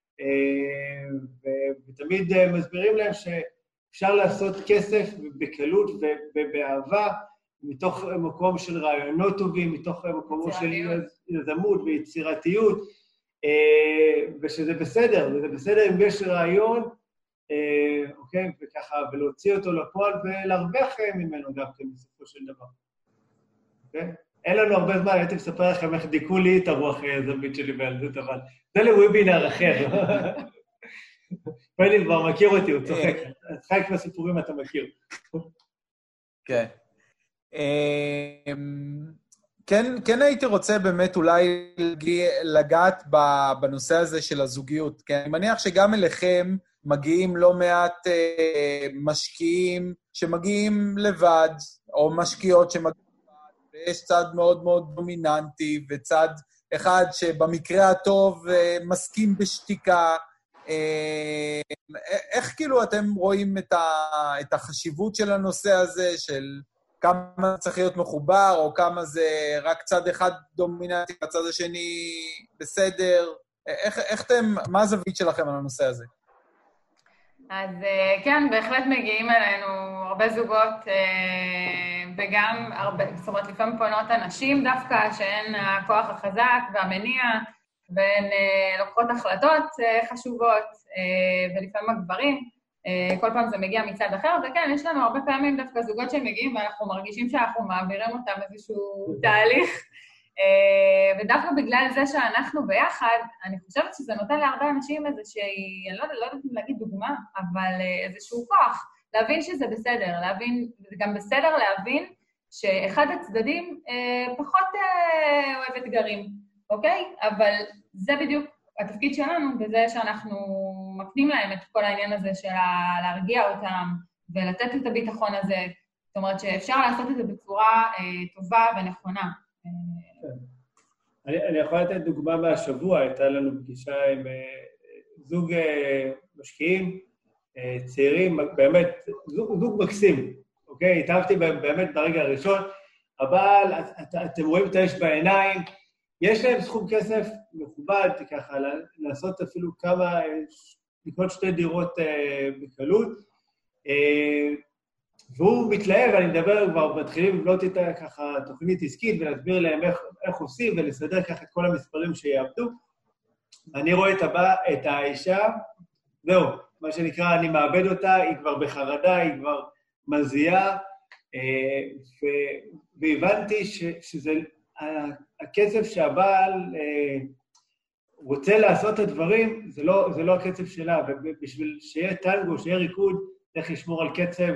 ותמיד מסבירים להם שאפשר לעשות כסף בקלות ובאהבה, מתוך מקום של רעיונות טובים, מתוך מקום של יזמות ויצירתיות, ושזה בסדר, וזה בסדר אם יש רעיון, אוקיי, וככה, ולהוציא אותו לפועל ולהרוויח ממנו דווקא בסופו של דבר. אוקיי? אין לנו הרבה זמן, הייתי מספר לכם איך דיכאו לי את הרוח היזמית שלי בילדות, אבל זה לוובינר אחר. פני כבר מכיר אותי, הוא צוחק. צחק בסיפורים אתה מכיר. כן. כן הייתי רוצה באמת אולי לגעת בנושא הזה של הזוגיות, כי אני מניח שגם אליכם מגיעים לא מעט משקיעים שמגיעים לבד, או משקיעות שמגיעים לבד, ויש צד מאוד מאוד דומיננטי, וצד אחד שבמקרה הטוב מסכים בשתיקה. איך כאילו אתם רואים את החשיבות של הנושא הזה, של כמה צריך להיות מחובר, או כמה זה רק צד אחד דומיננטי, הצד השני בסדר? איך אתם, מה הזווית שלכם על הנושא הזה? אז כן, בהחלט מגיעים אלינו הרבה זוגות, וגם הרבה, זאת אומרת, לפעמים פונות אנשים דווקא, שהן הכוח החזק והמניע, והן לוקחות החלטות חשובות, ולפעמים הגברים, כל פעם זה מגיע מצד אחר, וכן, יש לנו הרבה פעמים דווקא זוגות שמגיעים, ואנחנו מרגישים שאנחנו מעבירים אותם איזשהו תהליך, ודווקא בגלל זה שאנחנו ביחד, אני חושבת שזה נותן להרבה אנשים איזושהי, אני לא יודעת אם להגיד דוגמה, אבל איזשהו כוח, להבין שזה בסדר, להבין, זה גם בסדר להבין שאחד הצדדים פחות אוהב אתגרים, אוקיי? אבל זה בדיוק התפקיד שלנו, בזה שאנחנו מקנים להם את כל העניין הזה של להרגיע אותם, ולתת את הביטחון הזה, זאת אומרת שאפשר לעשות את זה בצורה טובה ונכונה. אני יכול לתת דוגמה מהשבוע, הייתה לנו פגישה עם זוג משקיעים, צעירים, באמת, זוג מקסים, אוקיי? התאהבתי בהם באמת ברגע הראשון, אבל אתם רואים את האש בעיניים, יש להם סכום כסף מכובד, ככה, לעשות אפילו כמה, לקנות 2 דירות בקלות, והוא מתלהב, אני מדבר כבר, מתחילים לבנות איתה ככה תוכנית עסקית, ולהסביר להם איך עושים, ולסדר ככה את כל המספרים שיעבדו. אני רואה את האישה, זהו, מה שנקרא, אני מאבד אותה, היא כבר בחרדה, היא כבר מזיעה, והבנתי שזה הקצב שהבעל רוצה לעשות את הדברים, זה לא הקצב שלה, ובשביל שיהיה טנגו, שיהיה ריקוד, צריך לשמור על קצב,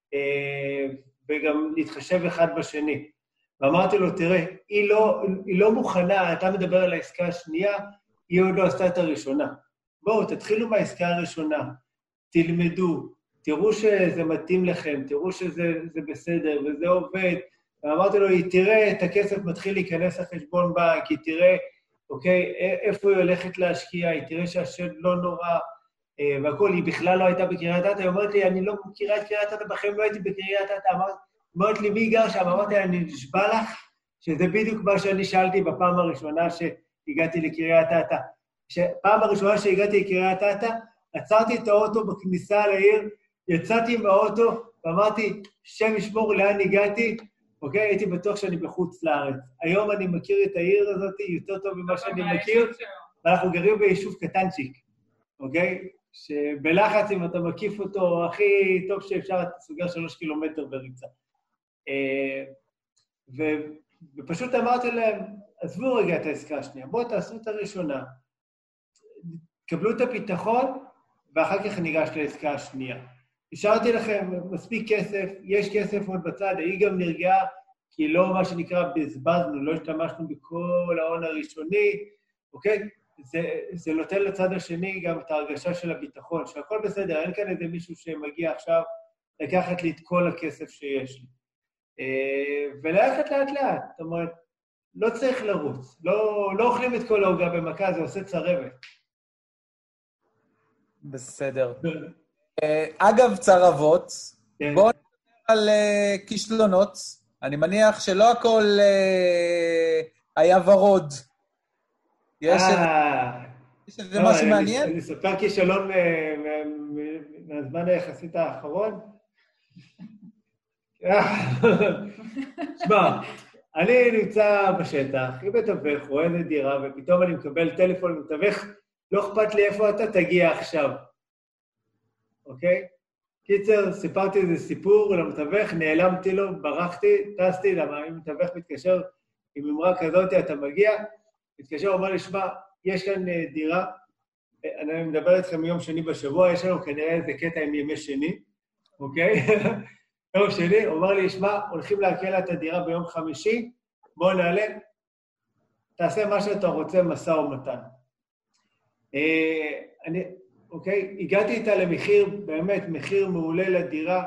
וגם להתחשב אחד בשני. ואמרתי לו, תראה, היא לא מוכנה, אתה מדבר על העסקה השנייה, היא עוד לא עשתה את הראשונה. בואו, תתחילו מהעסקה הראשונה, תלמדו, תראו שזה מתאים לכם, תראו שזה בסדר וזה עובד. ואמרתי לו, היא תראה את הכסף מתחיל להיכנס לחשבון בנק, היא תראה, אוקיי, איפה היא הולכת להשקיע, היא תראה שהשד לא נורא, והכל, היא בכלל לא הייתה בקריית אתא, היא אומרת לי, אני לא מכירה את קריית אתא, בחיים לא הייתי בקריית אתא, אמרת לי, מי גר שם? אמרתי, אני נשבע לך, שזה בדיוק מה שאני שאלתי בפעם הראשונה שהגעתי לקריית אתא. פעם הראשונה שהגעתי לקריית אתא, עצרתי את האוטו בכניסה לעיר, יצאתי מהאוטו, ואמרתי, שם ישמור לאן הגעתי, אוקיי? הייתי בטוח שאני בחוץ לארץ. היום אני מכיר את העיר הזאת יותר טוב ממה שאני מכיר, ואנחנו גרים ביישוב קטנצ'יק, אוקיי? שבלחץ, אם אתה מקיף אותו הכי טוב שאפשר, אתה סוגר 3 קילומטר בריצה. ופשוט אמרתי להם, עזבו רגע את העסקה השנייה, בואו תעשו את הראשונה, קבלו את הביטחון, ואחר כך ניגש לעסקה השנייה. השארתי לכם מספיק כסף, יש כסף עוד בצד, היא גם נרגעה, כי לא מה שנקרא בזבזנו, לא השתמשנו בכל ההון הראשוני, אוקיי? זה נותן לצד השני גם את ההרגשה של הביטחון, שהכל בסדר, אין כאן איזה מישהו שמגיע עכשיו לקחת לי את כל הכסף שיש לי. וללכת לאט לאט, זאת אומרת, לא צריך לרוץ, לא אוכלים את כל העוגה במכה, זה עושה צרבת. בסדר. אגב, צרבות, בואו נדבר על כישלונות. אני מניח שלא הכל היה ורוד. יש איזה משהו מעניין? אני אספר כישלון מהזמן היחסית האחרון. שמע, אני נמצא בשטח, עם מתווך, רואה איזה דירה, ופתאום אני מקבל טלפון ומתווך, לא אכפת לי איפה אתה תגיע עכשיו. אוקיי? קיצר, סיפרתי איזה סיפור למתווך, נעלמתי לו, ברחתי, טסתי, למה אם מתווך מתקשר עם אמרה כזאת, אתה מגיע, מתקשר, אומר לי, שמע, יש כאן דירה, אני מדבר איתכם מיום שני בשבוע, יש לנו כנראה איזה קטע עם ימי שני, אוקיי? יום שני, הוא אמר לי, שמע, הולכים להקל את הדירה ביום חמישי, בוא נעלה, תעשה מה שאתה רוצה, משא ומתן. אוקיי, הגעתי איתה למחיר, באמת, מחיר מעולה לדירה.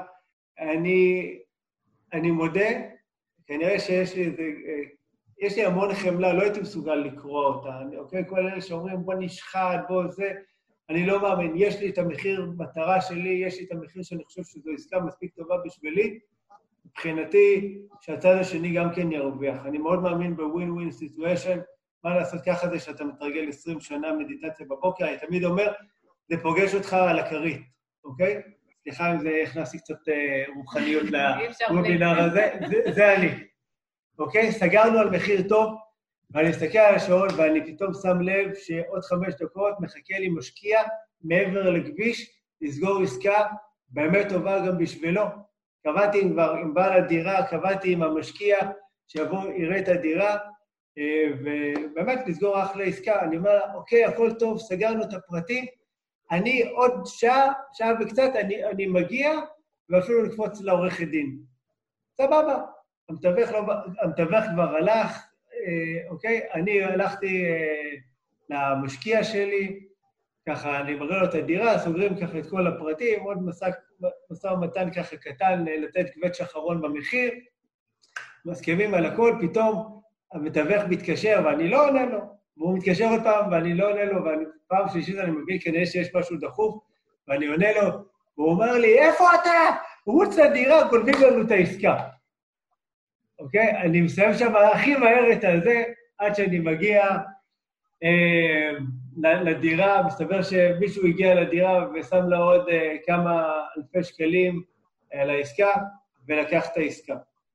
אני מודה, כנראה יש לי המון חמלה, לא הייתי מסוגל לקרוא אותה, אוקיי? כל אלה שאומרים, בוא נשחט, בוא זה, אני לא מאמין, יש לי את המחיר מטרה שלי, יש לי את המחיר שאני חושב שזו עסקה מספיק טובה בשבילי, מבחינתי שהצד השני גם כן ירוויח. אני מאוד מאמין בווין-ווין סיטואשן, מה לעשות ככה זה שאתה מתרגל 20 שנה מדיטציה בבוקר, אני תמיד אומר, זה פוגש אותך על הכרית, אוקיי? סליחה אם זה הכנסי קצת רוחניות לוובינר הזה, זה אני. אוקיי? סגרנו על מחיר טוב, ואני מסתכל על השעון, ואני פתאום שם לב שעוד 5 דקות מחכה לי משקיע מעבר לכביש, לסגור עסקה, באמת טובה גם בשבילו. קבעתי עם בעל הדירה, קבעתי עם המשקיע, שיבוא, יראה את הדירה, ובאמת לסגור אחלה עסקה. אני אומר לה, אוקיי, הכל טוב, סגרנו את הפרטים, אני עוד שעה וקצת, אני מגיע, ואפילו נקפוץ לעורכת דין. סבבה. המתווך כבר הלך, אוקיי? אני הלכתי למשקיע שלי, ככה אני מראה לו את הדירה, סוגרים ככה את כל הפרטים, עוד משא ומתן ככה קטן, לתת קווץ' אחרון במחיר, מסכימים על הכל, פתאום המתווך מתקשר ואני לא עונה לו, והוא מתקשר עוד פעם ואני לא עונה לו, ופעם שלישית אני מבין כנראה שיש משהו דחוף, ואני עונה לו, והוא אומר לי, איפה אתה? רוץ לדירה, גונבים לנו את העסקה. אוקיי? אני מסיים שם הכי מהר את הזה, עד שאני מגיע לדירה, מסתבר שמישהו הגיע לדירה ושם לה עוד כמה אלפי שקלים לעסקה, ולקח את העסקה.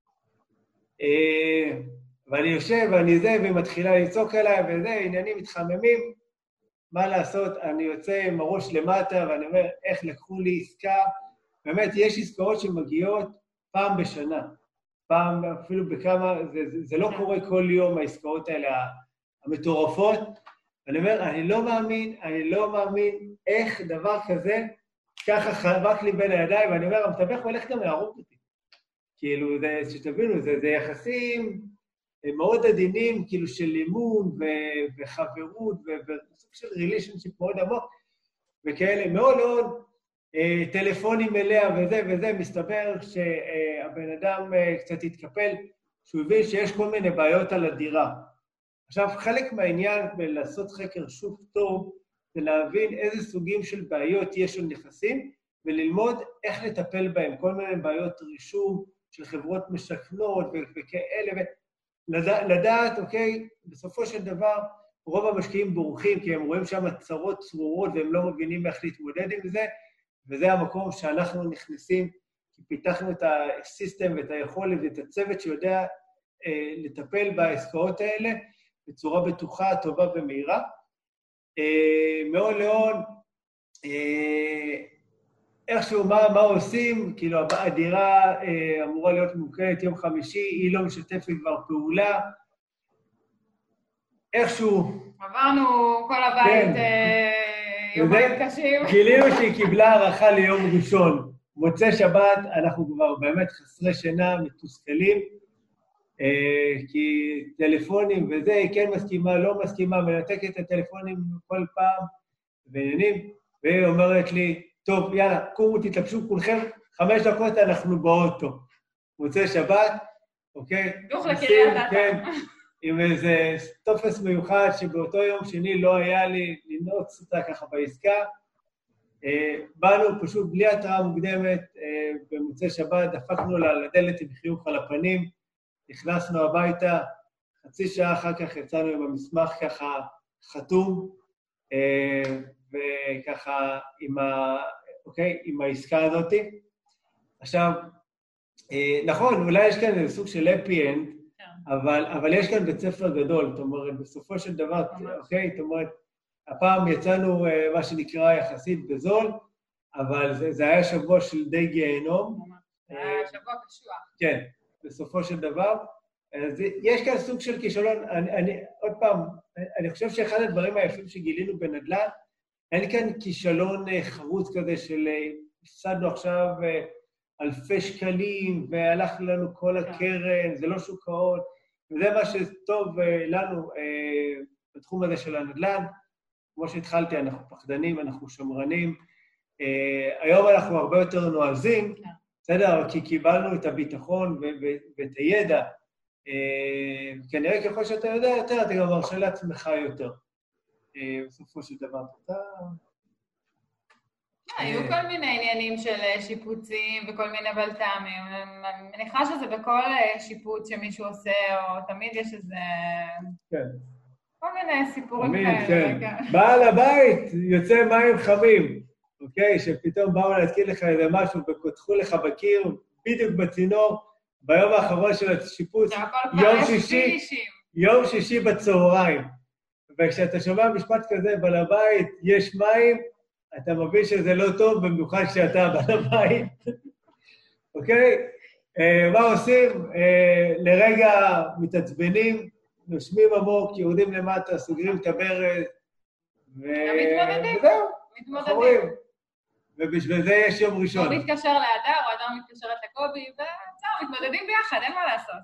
ואני יושב ואני זה, והיא מתחילה לצעוק עליי, וזה, עניינים מתחממים, מה לעשות? אני יוצא עם הראש למטה, ואני אומר, איך לקחו לי עסקה? באמת, יש עסקאות שמגיעות פעם בשנה. פעם, אפילו בכמה, זה לא קורה כל יום, העסקאות האלה המטורפות. אני אומר, אני לא מאמין איך דבר כזה, ככה חבק לי בין הידיים, ואני אומר, המתווך הולך גם להרוג אותי. כאילו, שתבינו, זה יחסים מאוד עדינים, כאילו של לימון וחברות, וסוג של ריליישנשיפ מאוד עמוק, וכאלה, מאוד מאוד, טלפונים אליה וזה, מסתבר שהבן אדם קצת התקפל, שהוא הבין שיש כל מיני בעיות על הדירה. עכשיו, חלק מהעניין בלעשות חקר שוק טוב, זה להבין איזה סוגים של בעיות יש על נכסים, וללמוד איך לטפל בהם, כל מיני בעיות רישום של חברות משכנות וכאלה, לדעת, אוקיי, בסופו של דבר, רוב המשקיעים בורחים, כי הם רואים שם צרות צרורות, והם לא מבינים איך להתמודד עם זה, וזה המקום שאנחנו נכנסים, כי פיתחנו את הסיסטם ואת היכולת ואת הצוות שיודע לטפל בעסקאות האלה בצורה בטוחה, טובה ומהירה. מאוד לאון, איכשהו מה עושים, כאילו הדירה אמורה להיות מוקלת יום חמישי, היא לא משתפת כבר פעולה, איכשהו... עברנו כל הבית יומיים קשים. גילינו שהיא קיבלה הערכה ליום ראשון. מוצא שבת, אנחנו כבר באמת חסרי שינה, מתוסכלים, כי טלפונים וזה, היא כן מסכימה, לא מסכימה, מנתקת את הטלפונים כל פעם, ועניינים, והיא אומרת לי, טוב, יאללה, קומו, תתלבשו כולכם, 5 דקות אנחנו באוטו. מוצא שבת, אוקיי? דוך לקריית אתא. כן, עם איזה טופס מיוחד שבאותו יום שני לא היה לי לנעוץ אותה ככה בעסקה. באנו פשוט בלי התראה מוקדמת, במוצא שבת, דפקנו לה לדלת עם חיוך על הפנים, נכנסנו הביתה, חצי שעה אחר כך יצאנו עם המסמך ככה חתום, וככה עם העסקה הזאת. עכשיו, נכון, אולי יש כאן איזה סוג של happy end, אבל יש כאן בית ספר גדול, זאת אומרת, בסופו של דבר, אוקיי? זאת אומרת, הפעם יצאנו מה שנקרא יחסית בזול, אבל זה היה שבוע של די גיהנום. היה שבוע קשוח. כן, בסופו של דבר. אז יש כאן סוג של כישלון, עוד פעם, אני חושב שאחד הדברים היפים שגילינו בנדל"ן, אין כאן כישלון חרוץ כזה של הפסדנו עכשיו אלפי שקלים, והלך לנו כל הקרן, זה לא שוק ההון, וזה מה שטוב לנו בתחום הזה של הנדל"ן. כמו שהתחלתי, אנחנו פחדנים, אנחנו שמרנים. היום אנחנו הרבה יותר נועזים, בסדר? כי קיבלנו את הביטחון ואת הידע. כנראה ככל שאתה יודע יותר, אתה גם מרשה לעצמך יותר. בסופו של דבר. היו כל מיני עניינים של שיפוצים וכל מיני בלת"מים. אני מניחה שזה בכל שיפוץ שמישהו עושה, או תמיד יש איזה... כן. כל מיני סיפורים כאלה. כן. בעל הבית יוצא מים חמים, אוקיי? שפתאום באו להתקיל לך איזה משהו וקותחו לך בקיר, בדיוק בצינור, ביום האחרון של השיפוץ, יום שישי בצהריים. וכשאתה שומע משפט כזה, בעל הבית, יש מים, אתה מבין שזה לא טוב, במיוחד כשאתה בעל הבית. אוקיי? מה עושים? לרגע מתעצבנים, נושמים עמוק, יורדים למטה, סוגרים את הברז, וזהו, מתמודדים. ובשביל זה יש יום ראשון. הוא מתקשר לאדר, או אדר מתקשרת לקובי, וזהו, מתמודדים ביחד, אין מה לעשות.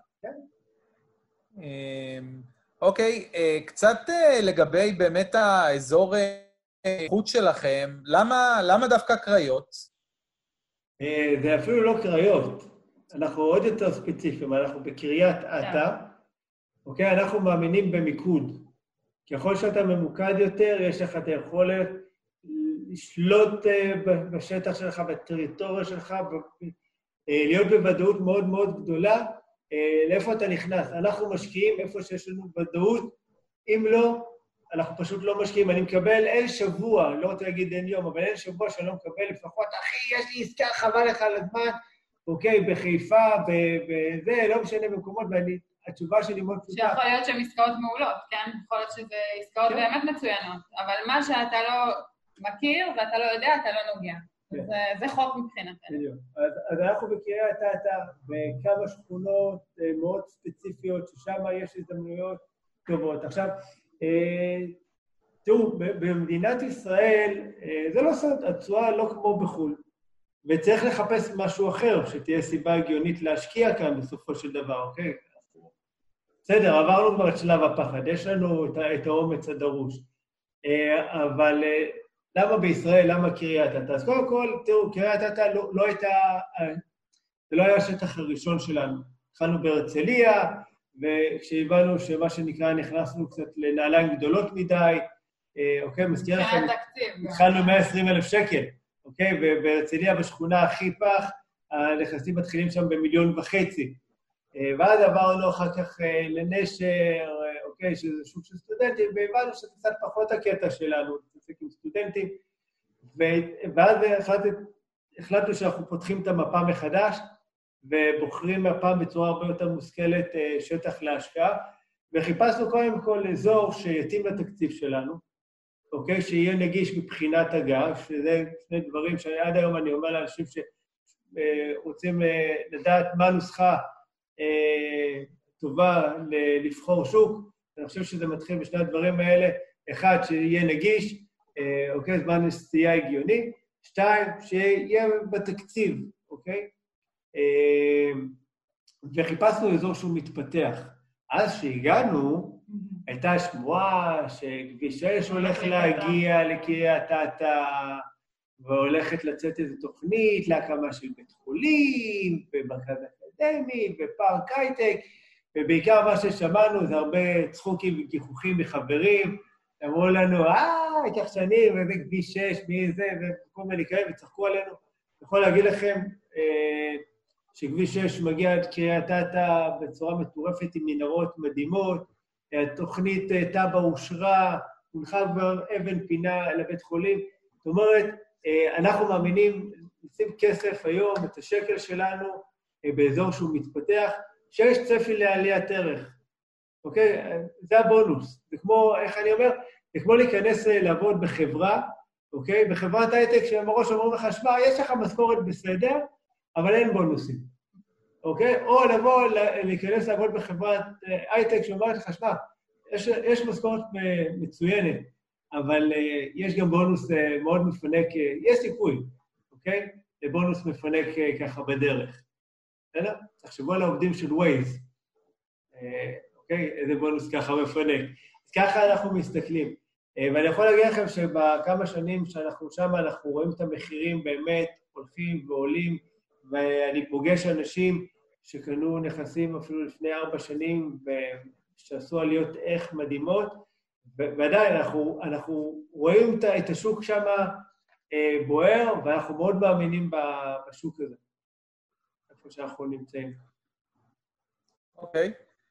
אוקיי, קצת לגבי באמת האזור חוץ שלכם, למה דווקא קריות? זה אפילו לא קריות. אנחנו עוד יותר ספציפיים, אנחנו בקריית אתא, אוקיי? אנחנו מאמינים במיקוד. ככל שאתה ממוקד יותר, יש לך את היכולת לשלוט בשטח שלך, בטריטוריה שלך, להיות בוודאות מאוד מאוד גדולה, לאיפה אתה נכנס. אנחנו משקיעים איפה שיש לנו ודאות, אם לא, אנחנו פשוט לא משקיעים. אני מקבל אין שבוע, לא רוצה להגיד אין יום, אבל אין שבוע שאני לא מקבל לפחות, אחי, יש לי עסקה, חבל לך על הזמן, אוקיי, בחיפה, בזה, לא משנה במקומות, התשובה שלי מאוד פשוטה. שיכול להיות שהן עסקאות מעולות, כן? יכול להיות שזה עסקאות באמת מצוינות, אבל מה שאתה לא מכיר ואתה לא יודע, אתה לא נוגע. זה חוק מבחינתנו. אז אנחנו בקריית אתא, בכמה שכונות מאוד ספציפיות, ששם יש הזדמנויות טובות. עכשיו, תראו, במדינת ישראל, זה לא סוד, התשואה לא כמו בחו"ל, וצריך לחפש משהו אחר, שתהיה סיבה הגיונית להשקיע כאן בסופו של דבר, אוקיי? בסדר, עברנו כבר את שלב הפחד, יש לנו את האומץ הדרוש. אבל למה בישראל, למה קריית אתא? אז קודם כל, תראו, קריית אתא לא הייתה, זה לא היה השטח הראשון שלנו. התחלנו בהרצליה, וכשהבנו שמה שנקרא, נכנסנו קצת לנעליים גדולות מדי, אוקיי, מזכיר לכם, התחלנו 120,000 שקל, אוקיי, ובהרצליה בשכונה הכי פח, הנכנסים מתחילים שם ב1.5 מיליון. ואז עברנו אחר כך לנשר, אוקיי, שזה שוק של סטודנטים, והבנו שזה קצת פחות הקטע שלנו, להתעסק עם סטודנטים, ואז החלטנו שאנחנו פותחים את המפה מחדש, ובוחרים מהפעם בצורה הרבה יותר מושכלת שטח להשקעה, וחיפשנו קודם כל אזור שיתאים לתקציב שלנו, אוקיי, שיהיה נגיש מבחינת הגג, שזה שני דברים שעד היום אני אומר לאנשים שרוצים לדעת מה נוסחה טובה לבחור שוק, אני חושב שזה מתחיל בשני הדברים האלה, אחד, שיהיה נגיש, אוקיי, זמן נסיעה הגיוני, 2, שיהיה בתקציב, אוקיי? וחיפשנו אזור שהוא מתפתח. אז שהגענו, הייתה שמועה שכביש 6 הולך להגיע לקריית אתא, והולכת לצאת איזו תוכנית להקמה של בית חולים, ומרכז אקדמי, ופארק הייטק, ובעיקר מה ששמענו זה הרבה צחוקים וגיחוכים מחברים, אמרו לנו, ייקח שנים, וזה כביש 6, מי זה, וכל מיני כאלה, וצחקו עלינו. אני יכול להגיד לכם שכביש 6 מגיע עד קריית אתא בצורה מטורפת עם מנהרות מדהימות, התוכנית תב"ע אושרה, הונחה כבר אבן פינה לבית חולים, זאת אומרת, אנחנו מאמינים, נשים כסף היום, את השקל שלנו, באזור שהוא מתפתח, שיש צפי לעליית ערך, אוקיי? זה הבונוס. זה כמו, איך אני אומר? זה כמו להיכנס לעבוד בחברה, אוקיי? בחברת הייטק שמראש אומרים לך, שמע, יש לך משכורת בסדר, אבל אין בונוסים, אוקיי? או לבוא, להיכנס לעבוד בחברת הייטק שאומרת לך, שמע, יש משכורת מצוינת, אבל יש גם בונוס מאוד מפנק, יש סיכוי, אוקיי? לבונוס מפנק ככה בדרך. בסדר? תחשבו על העובדים של ווייז. אוקיי? איזה בונוס ככה מפנק. אז ככה אנחנו מסתכלים. ואני יכול להגיד לכם שבכמה שנים שאנחנו שם, אנחנו רואים את המחירים באמת הולכים ועולים, ואני פוגש אנשים שקנו נכסים אפילו לפני 4 שנים, ושעשו עליות איך מדהימות, ועדיין אנחנו רואים את השוק שם בוער, ואנחנו מאוד מאמינים בשוק הזה, איפה שאנחנו נמצאים. אוקיי.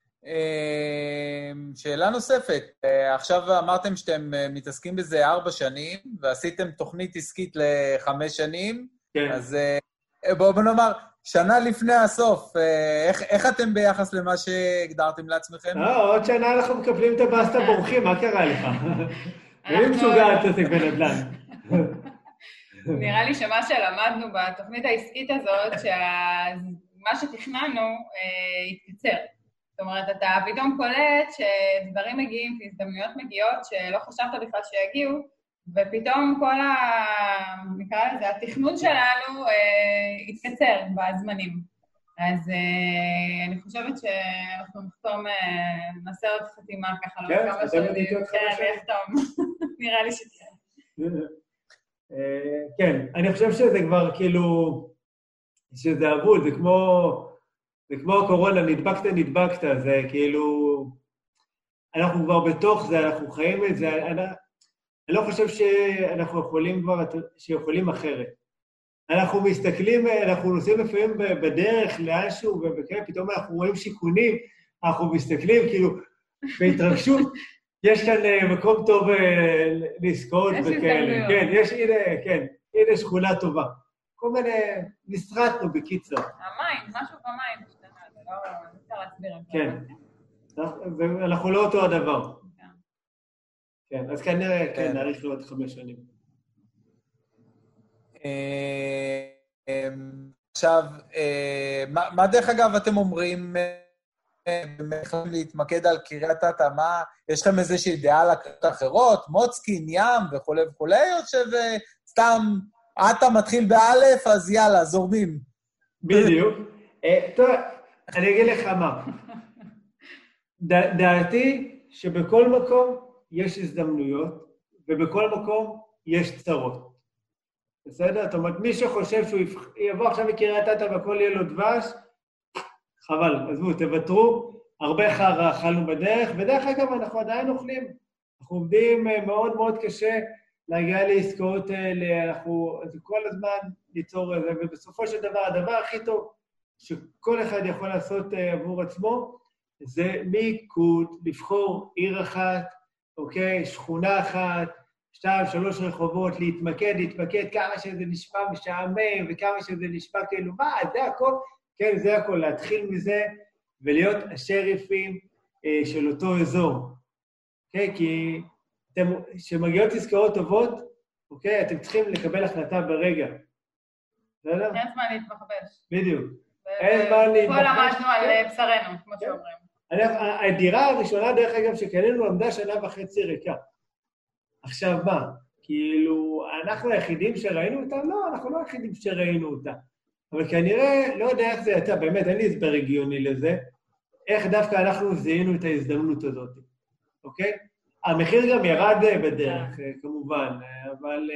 שאלה נוספת, עכשיו אמרתם שאתם מתעסקים בזה 4 שנים, ועשיתם תוכנית עסקית ל5 שנים, כן. אז בואו נאמר, שנה לפני הסוף, איך אתם ביחס למה שהגדרתם לעצמכם? עוד שנה אנחנו מקבלים את הבאסטה בורחים, מה קרה לך? ואם משוגעת תעסק בנדל"ן. נראה לי שמה שלמדנו בתוכנית העסקית הזאת, שמה שתכננו יתקצר. זאת אומרת, אתה פתאום קולט שדברים מגיעים, הזדמנויות מגיעות שלא חשבת בכלל שיגיעו, ופתאום כל נקרא לזה, התכנון שלנו יתקצר בזמנים. אז אני חושבת שאנחנו נעשה עוד חתימה ככה, כן, חתימה נתיות 5 שנים. נראה לי שתהיה. כן, אני חושב שזה כבר כאילו, שזה אבוד, זה כמו הקורונה, נדבקת, זה כאילו, אנחנו כבר בתוך זה, אנחנו חיים את זה, אני לא חושב שאנחנו יכולים כבר, שיכולים אחרת. אנחנו מסתכלים, אנחנו נוסעים לפעמים בדרך לאנשהו, וכן, פתאום אנחנו רואים שיכונים, אנחנו מסתכלים, כאילו, בהתרגשות, יש כאן מקום טוב לעסקאות וכאלה. כן, הנה שכונה טובה. כל מיני, נסרטנו בקיצור. המים, משהו במים, זה לא אפשר להסביר. כן, אנחנו לא אותו הדבר. כן, אז כנראה, כן, נעריך לו עוד 5 שנים. עכשיו, מה דרך אגב אתם אומרים, יכולים להתמקד על קריית אתא, מה, יש לכם איזושהי דעה על הקריות האחרות, מוצקין, ים וכו' וכו', או שזה סתם, אתא מתחיל באלף, אז יאללה, זורמים. בדיוק. טוב, אני אגיד לך מה. דעתי שבכל מקום יש הזדמנויות, ובכל מקום יש צרות. בסדר? זאת אומרת, מי שחושב שהוא יבוא עכשיו מקריית אתא והכל יהיה לו דבש, חבל, עזבו, תוותרו, הרבה חרא אכלנו בדרך, ודרך אגב אנחנו עדיין אוכלים. אנחנו עובדים מאוד מאוד קשה להגיע לעסקאות האלה, אנחנו כל הזמן ליצור את זה, ובסופו של דבר, הדבר הכי טוב שכל אחד יכול לעשות עבור עצמו, זה מיקוד, לבחור עיר אחת, אוקיי, שכונה אחת, 2, 3 רחובות, להתמקד, כמה שזה נשמע משעמם, וכמה שזה נשמע כאילו, מה, זה הכל? כן, זה הכל, להתחיל מזה, ולהיות השריפים של אותו אזור. אוקיי, כי כשמגיעות עסקאות טובות, אוקיי, אתם צריכים לקבל החלטה ברגע. בסדר? אין זמן להתמחבש. בדיוק. אין זמן להתמחבש. פה למדנו על בשרנו, כמו שאומרים. הדירה הראשונה, דרך אגב, שקנינו, עמדה 1.5 שנה ריקה. עכשיו מה? כאילו, אנחנו היחידים שראינו אותה? לא, אנחנו לא היחידים שראינו אותה. אבל כנראה, לא יודע איך זה יצא, באמת, אין לי הסבר הגיוני לזה, איך דווקא אנחנו זיהינו את ההזדמנות הזאת, אוקיי? המחיר גם ירד בדרך, כמובן, אבל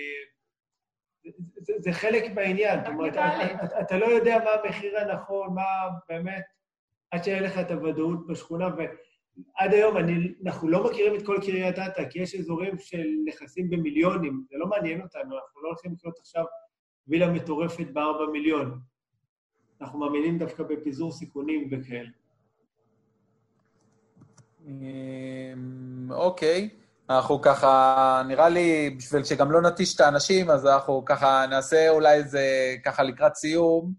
זה חלק מהעניין. זאת אומרת, אתה לא יודע מה המחיר הנכון, מה באמת, עד שיהיה לך את הוודאות בשכונה, ועד היום אנחנו לא מכירים את כל קריית אתא, כי יש אזורים של נכסים במיליונים, זה לא מעניין אותנו, אנחנו לא הולכים לקנות עכשיו וילה מטורפת ב4 מיליון. אנחנו מאמינים דווקא בפיזור סיכונים וכאלה. אוקיי. אנחנו ככה, נראה לי, בשביל שגם לא נטיש את האנשים, אז אנחנו ככה נעשה אולי איזה, ככה לקראת סיום.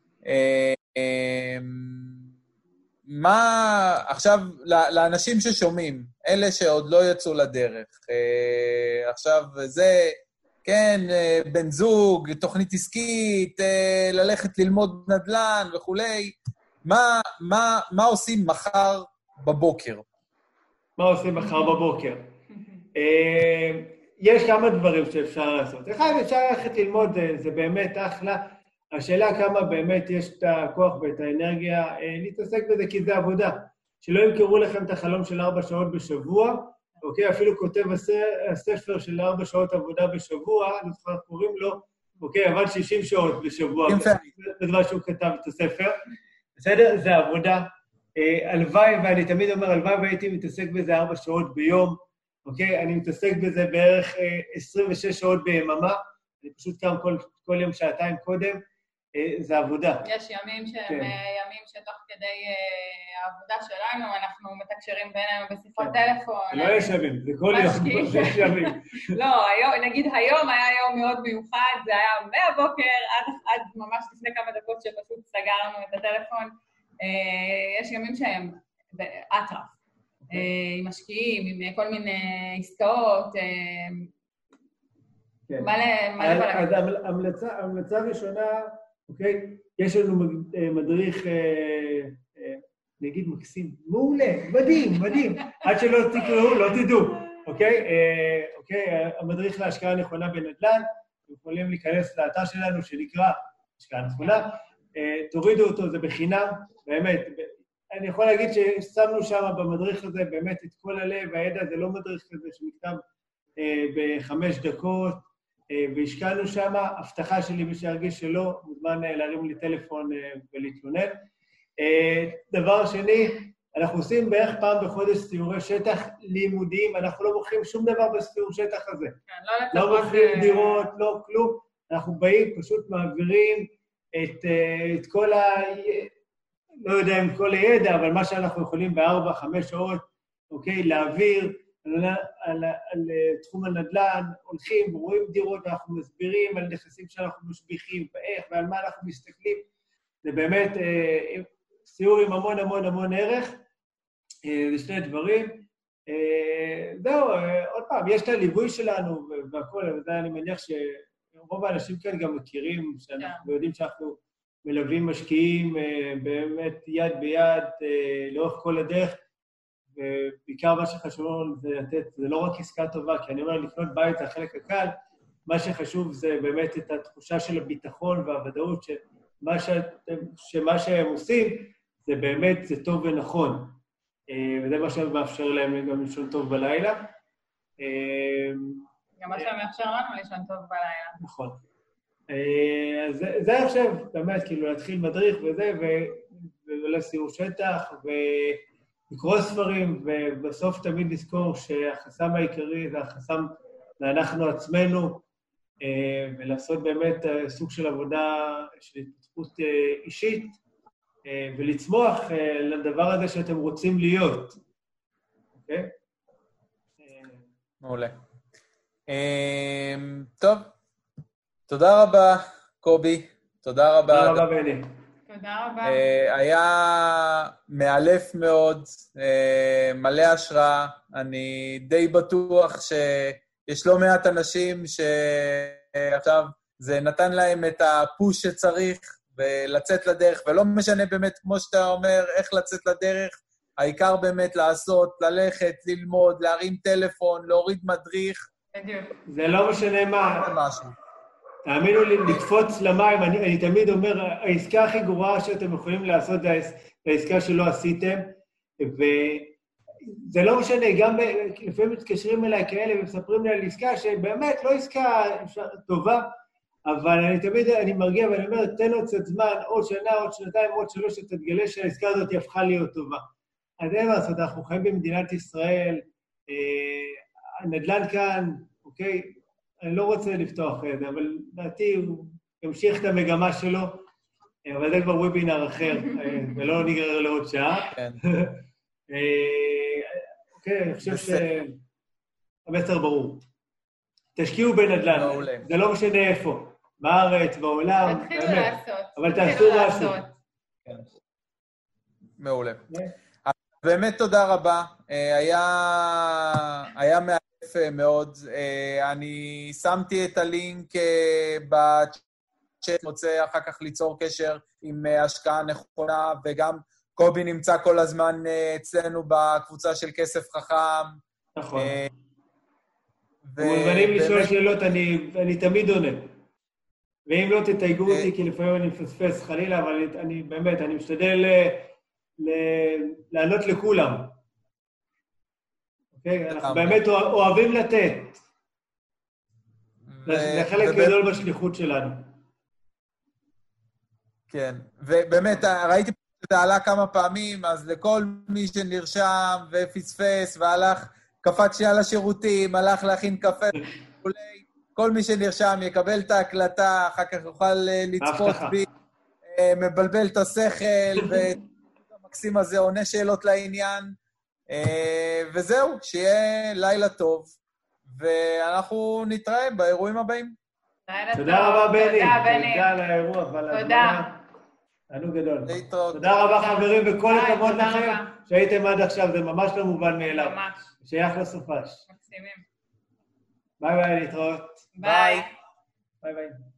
מה, עכשיו, לאנשים ששומעים, אלה שעוד לא יצאו לדרך, עכשיו, זה, כן, בן זוג, תוכנית עסקית, ללכת ללמוד נדל"ן וכולי, מה עושים מחר בבוקר? מה עושים מחר בבוקר? יש כמה דברים שאפשר לעשות. אחד, אפשר ללכת ללמוד, זה באמת אחלה. השאלה כמה באמת יש את הכוח ואת האנרגיה להתעסק בזה, כי זה עבודה. שלא ימכרו לכם את החלום של 4 שעות בשבוע, אוקיי? אפילו כותב הספר של 4 שעות עבודה בשבוע, אנחנו קוראים לו, אוקיי, עבד 60 שעות בשבוע. זה דבר שהוא כתב את הספר. בסדר? זה עבודה. הלוואי, ואני תמיד אומר, הלוואי והייתי מתעסק בזה 4 שעות ביום, אוקיי? אני מתעסק בזה בערך 26 שעות ביממה, אני פשוט קם כל יום 2 קודם, זה עבודה. יש ימים שהם ימים שתוך כדי העבודה שלנו, אנחנו מתקשרים בינינו בשיחות טלפון. לא יש ימים, זה כל יום, זה יש ימים. לא, נגיד היום היה יום מאוד מיוחד, זה היה מהבוקר עד ממש לפני כמה דקות שפשוט סגרנו את הטלפון. יש ימים שהם באטרף, עם משקיעים, עם כל מיני עסקאות, אז המלצה ראשונה, אוקיי, יש לנו מדריך, נגיד מקסים, מעולה, מדהים, עד שלא תקראו, לא תדעו, אוקיי? המדריך להשקעה נכונה בנדל"ן, יכולים להיכנס לאתר שלנו שנקרא השקעה נכונה, תורידו אותו, זה בחינם, באמת. אני יכול להגיד ששמנו שם במדריך הזה באמת את כל הלב, והידע זה לא מדריך כזה שנכתב ב5 דקות, והשקענו שם, הבטחה שלי מי שירגיש שלא, מוזמן להרים לי טלפון ולהתלונן. דבר שני, אנחנו עושים בערך פעם בחודש סיורי שטח לימודיים, אנחנו לא מוכרים שום דבר בסיור שטח הזה. לא מוכרים דירות, לא כלום, אנחנו באים, פשוט מעבירים את כל לא יודע אם כל הידע, אבל מה שאנחנו יכולים ב4-5 שעות, אוקיי, להעביר על תחום הנדל"ן, הולכים, רואים דירות, ואנחנו מסבירים על נכסים שאנחנו משביחים, ואיך, ועל מה אנחנו מסתכלים. זה באמת סיור עם המון ערך, זה 2 דברים. זהו, עוד פעם, יש את הליווי שלנו והכל, אבל אני מניח שרוב האנשים כאן גם מכירים, שאנחנו יודעים שאנחנו מלווים משקיעים באמת יד ביד לאורך כל הדרך, ובעיקר מה שחשוב לנו זה לתת, זה לא רק עסקה טובה, כי אני אומר, לקנות בית זה החלק הקל, מה שחשוב זה באמת את התחושה של הביטחון והוודאות, שמה שהם עושים, זה באמת, זה טוב ונכון. וזה מה שמאפשר להם גם לישון טוב בלילה. גם מה שמאפשר לנו לישון טוב בלילה. נכון. אז זה עכשיו, באמת, כאילו, להתחיל מדריך וזה, ולסיור שטח, לקרוא ספרים, ובסוף תמיד לזכור שהחסם העיקרי זה החסם לאנחנו עצמנו, ולעשות באמת סוג של עבודה של התפתחות אישית, ולצמוח לדבר הזה שאתם רוצים להיות. אוקיי? מעולה. טוב, תודה רבה, קובי. תודה רבה. תודה רבה, בני. תודה רבה. היה מאלף מאוד, מלא השראה. אני די בטוח שיש לא מעט אנשים שעכשיו זה נתן להם את הפוש שצריך ולצאת לדרך, ולא משנה באמת, כמו שאתה אומר, איך לצאת לדרך, העיקר באמת לעשות, ללכת, ללמוד, להרים טלפון, להוריד מדריך. זה לא משנה מה. תאמינו לי, לקפוץ למים, אני תמיד אומר, העסקה הכי גרועה שאתם יכולים לעשות זה העסקה שלא עשיתם, וזה לא משנה, גם לפעמים מתקשרים אליי כאלה ומספרים לי על עסקה שבאמת לא עסקה טובה, אבל אני תמיד, אני מרגיע ואני אומר, תן עוד קצת זמן, עוד שנה, עוד שנתיים, עוד 3, אתה תגלה שהעסקה הזאת הפכה להיות טובה. אז אין מה לעשות, אנחנו חיים במדינת ישראל, הנדל"ן כאן, אוקיי, אני לא רוצה לפתוח את זה, אבל דעתי הוא ימשיך את המגמה שלו, אבל זה כבר וובינר אחר, ולא נגרר לעוד שעה. אוקיי, אני חושב שהמסר ברור. תשקיעו בנדל"ן, זה לא משנה איפה, בארץ, בעולם, תתחילו לעשות. אבל תעשו משהו. מעולה. באמת תודה רבה, היה מעט מאוד. אני שמתי את הלינק בצ'אט, מוצא אחר כך ליצור קשר עם השקעה נכונה, וגם קובי נמצא כל הזמן אצלנו בקבוצה של כסף חכם. נכון. מוזמנים לשאול שאלות, אני תמיד עונה. ואם לא תתייגו אותי, כי לפעמים אני מפספס חלילה, אבל אני באמת, אני משתדל לענות לכולם. אוקיי? אנחנו באמת אוהבים לתת. זה חלק גדול בשליחות שלנו. כן, ובאמת, ראיתי שזה עלה כמה פעמים, אז לכל מי שנרשם ופספס והלך, קפץ שנייה לשירותים, הלך להכין קפה וכולי, כל מי שנרשם יקבל את ההקלטה, אחר כך יוכל לצפות בי, מבלבל את השכל, והמקסים הזה עונה שאלות לעניין, וזהו, שיהיה לילה טוב, ואנחנו נתראה באירועים הבאים. תודה רבה, בני. תודה על האירוע. תודה. תענוג גדול. תודה רבה, חברים, וכל הכבוד לכם שהייתם עד עכשיו, זה ממש לא מובן מאליו. ממש. שייך לסופש. מקסימים. ביי ביי, להתראות. ביי. ביי ביי.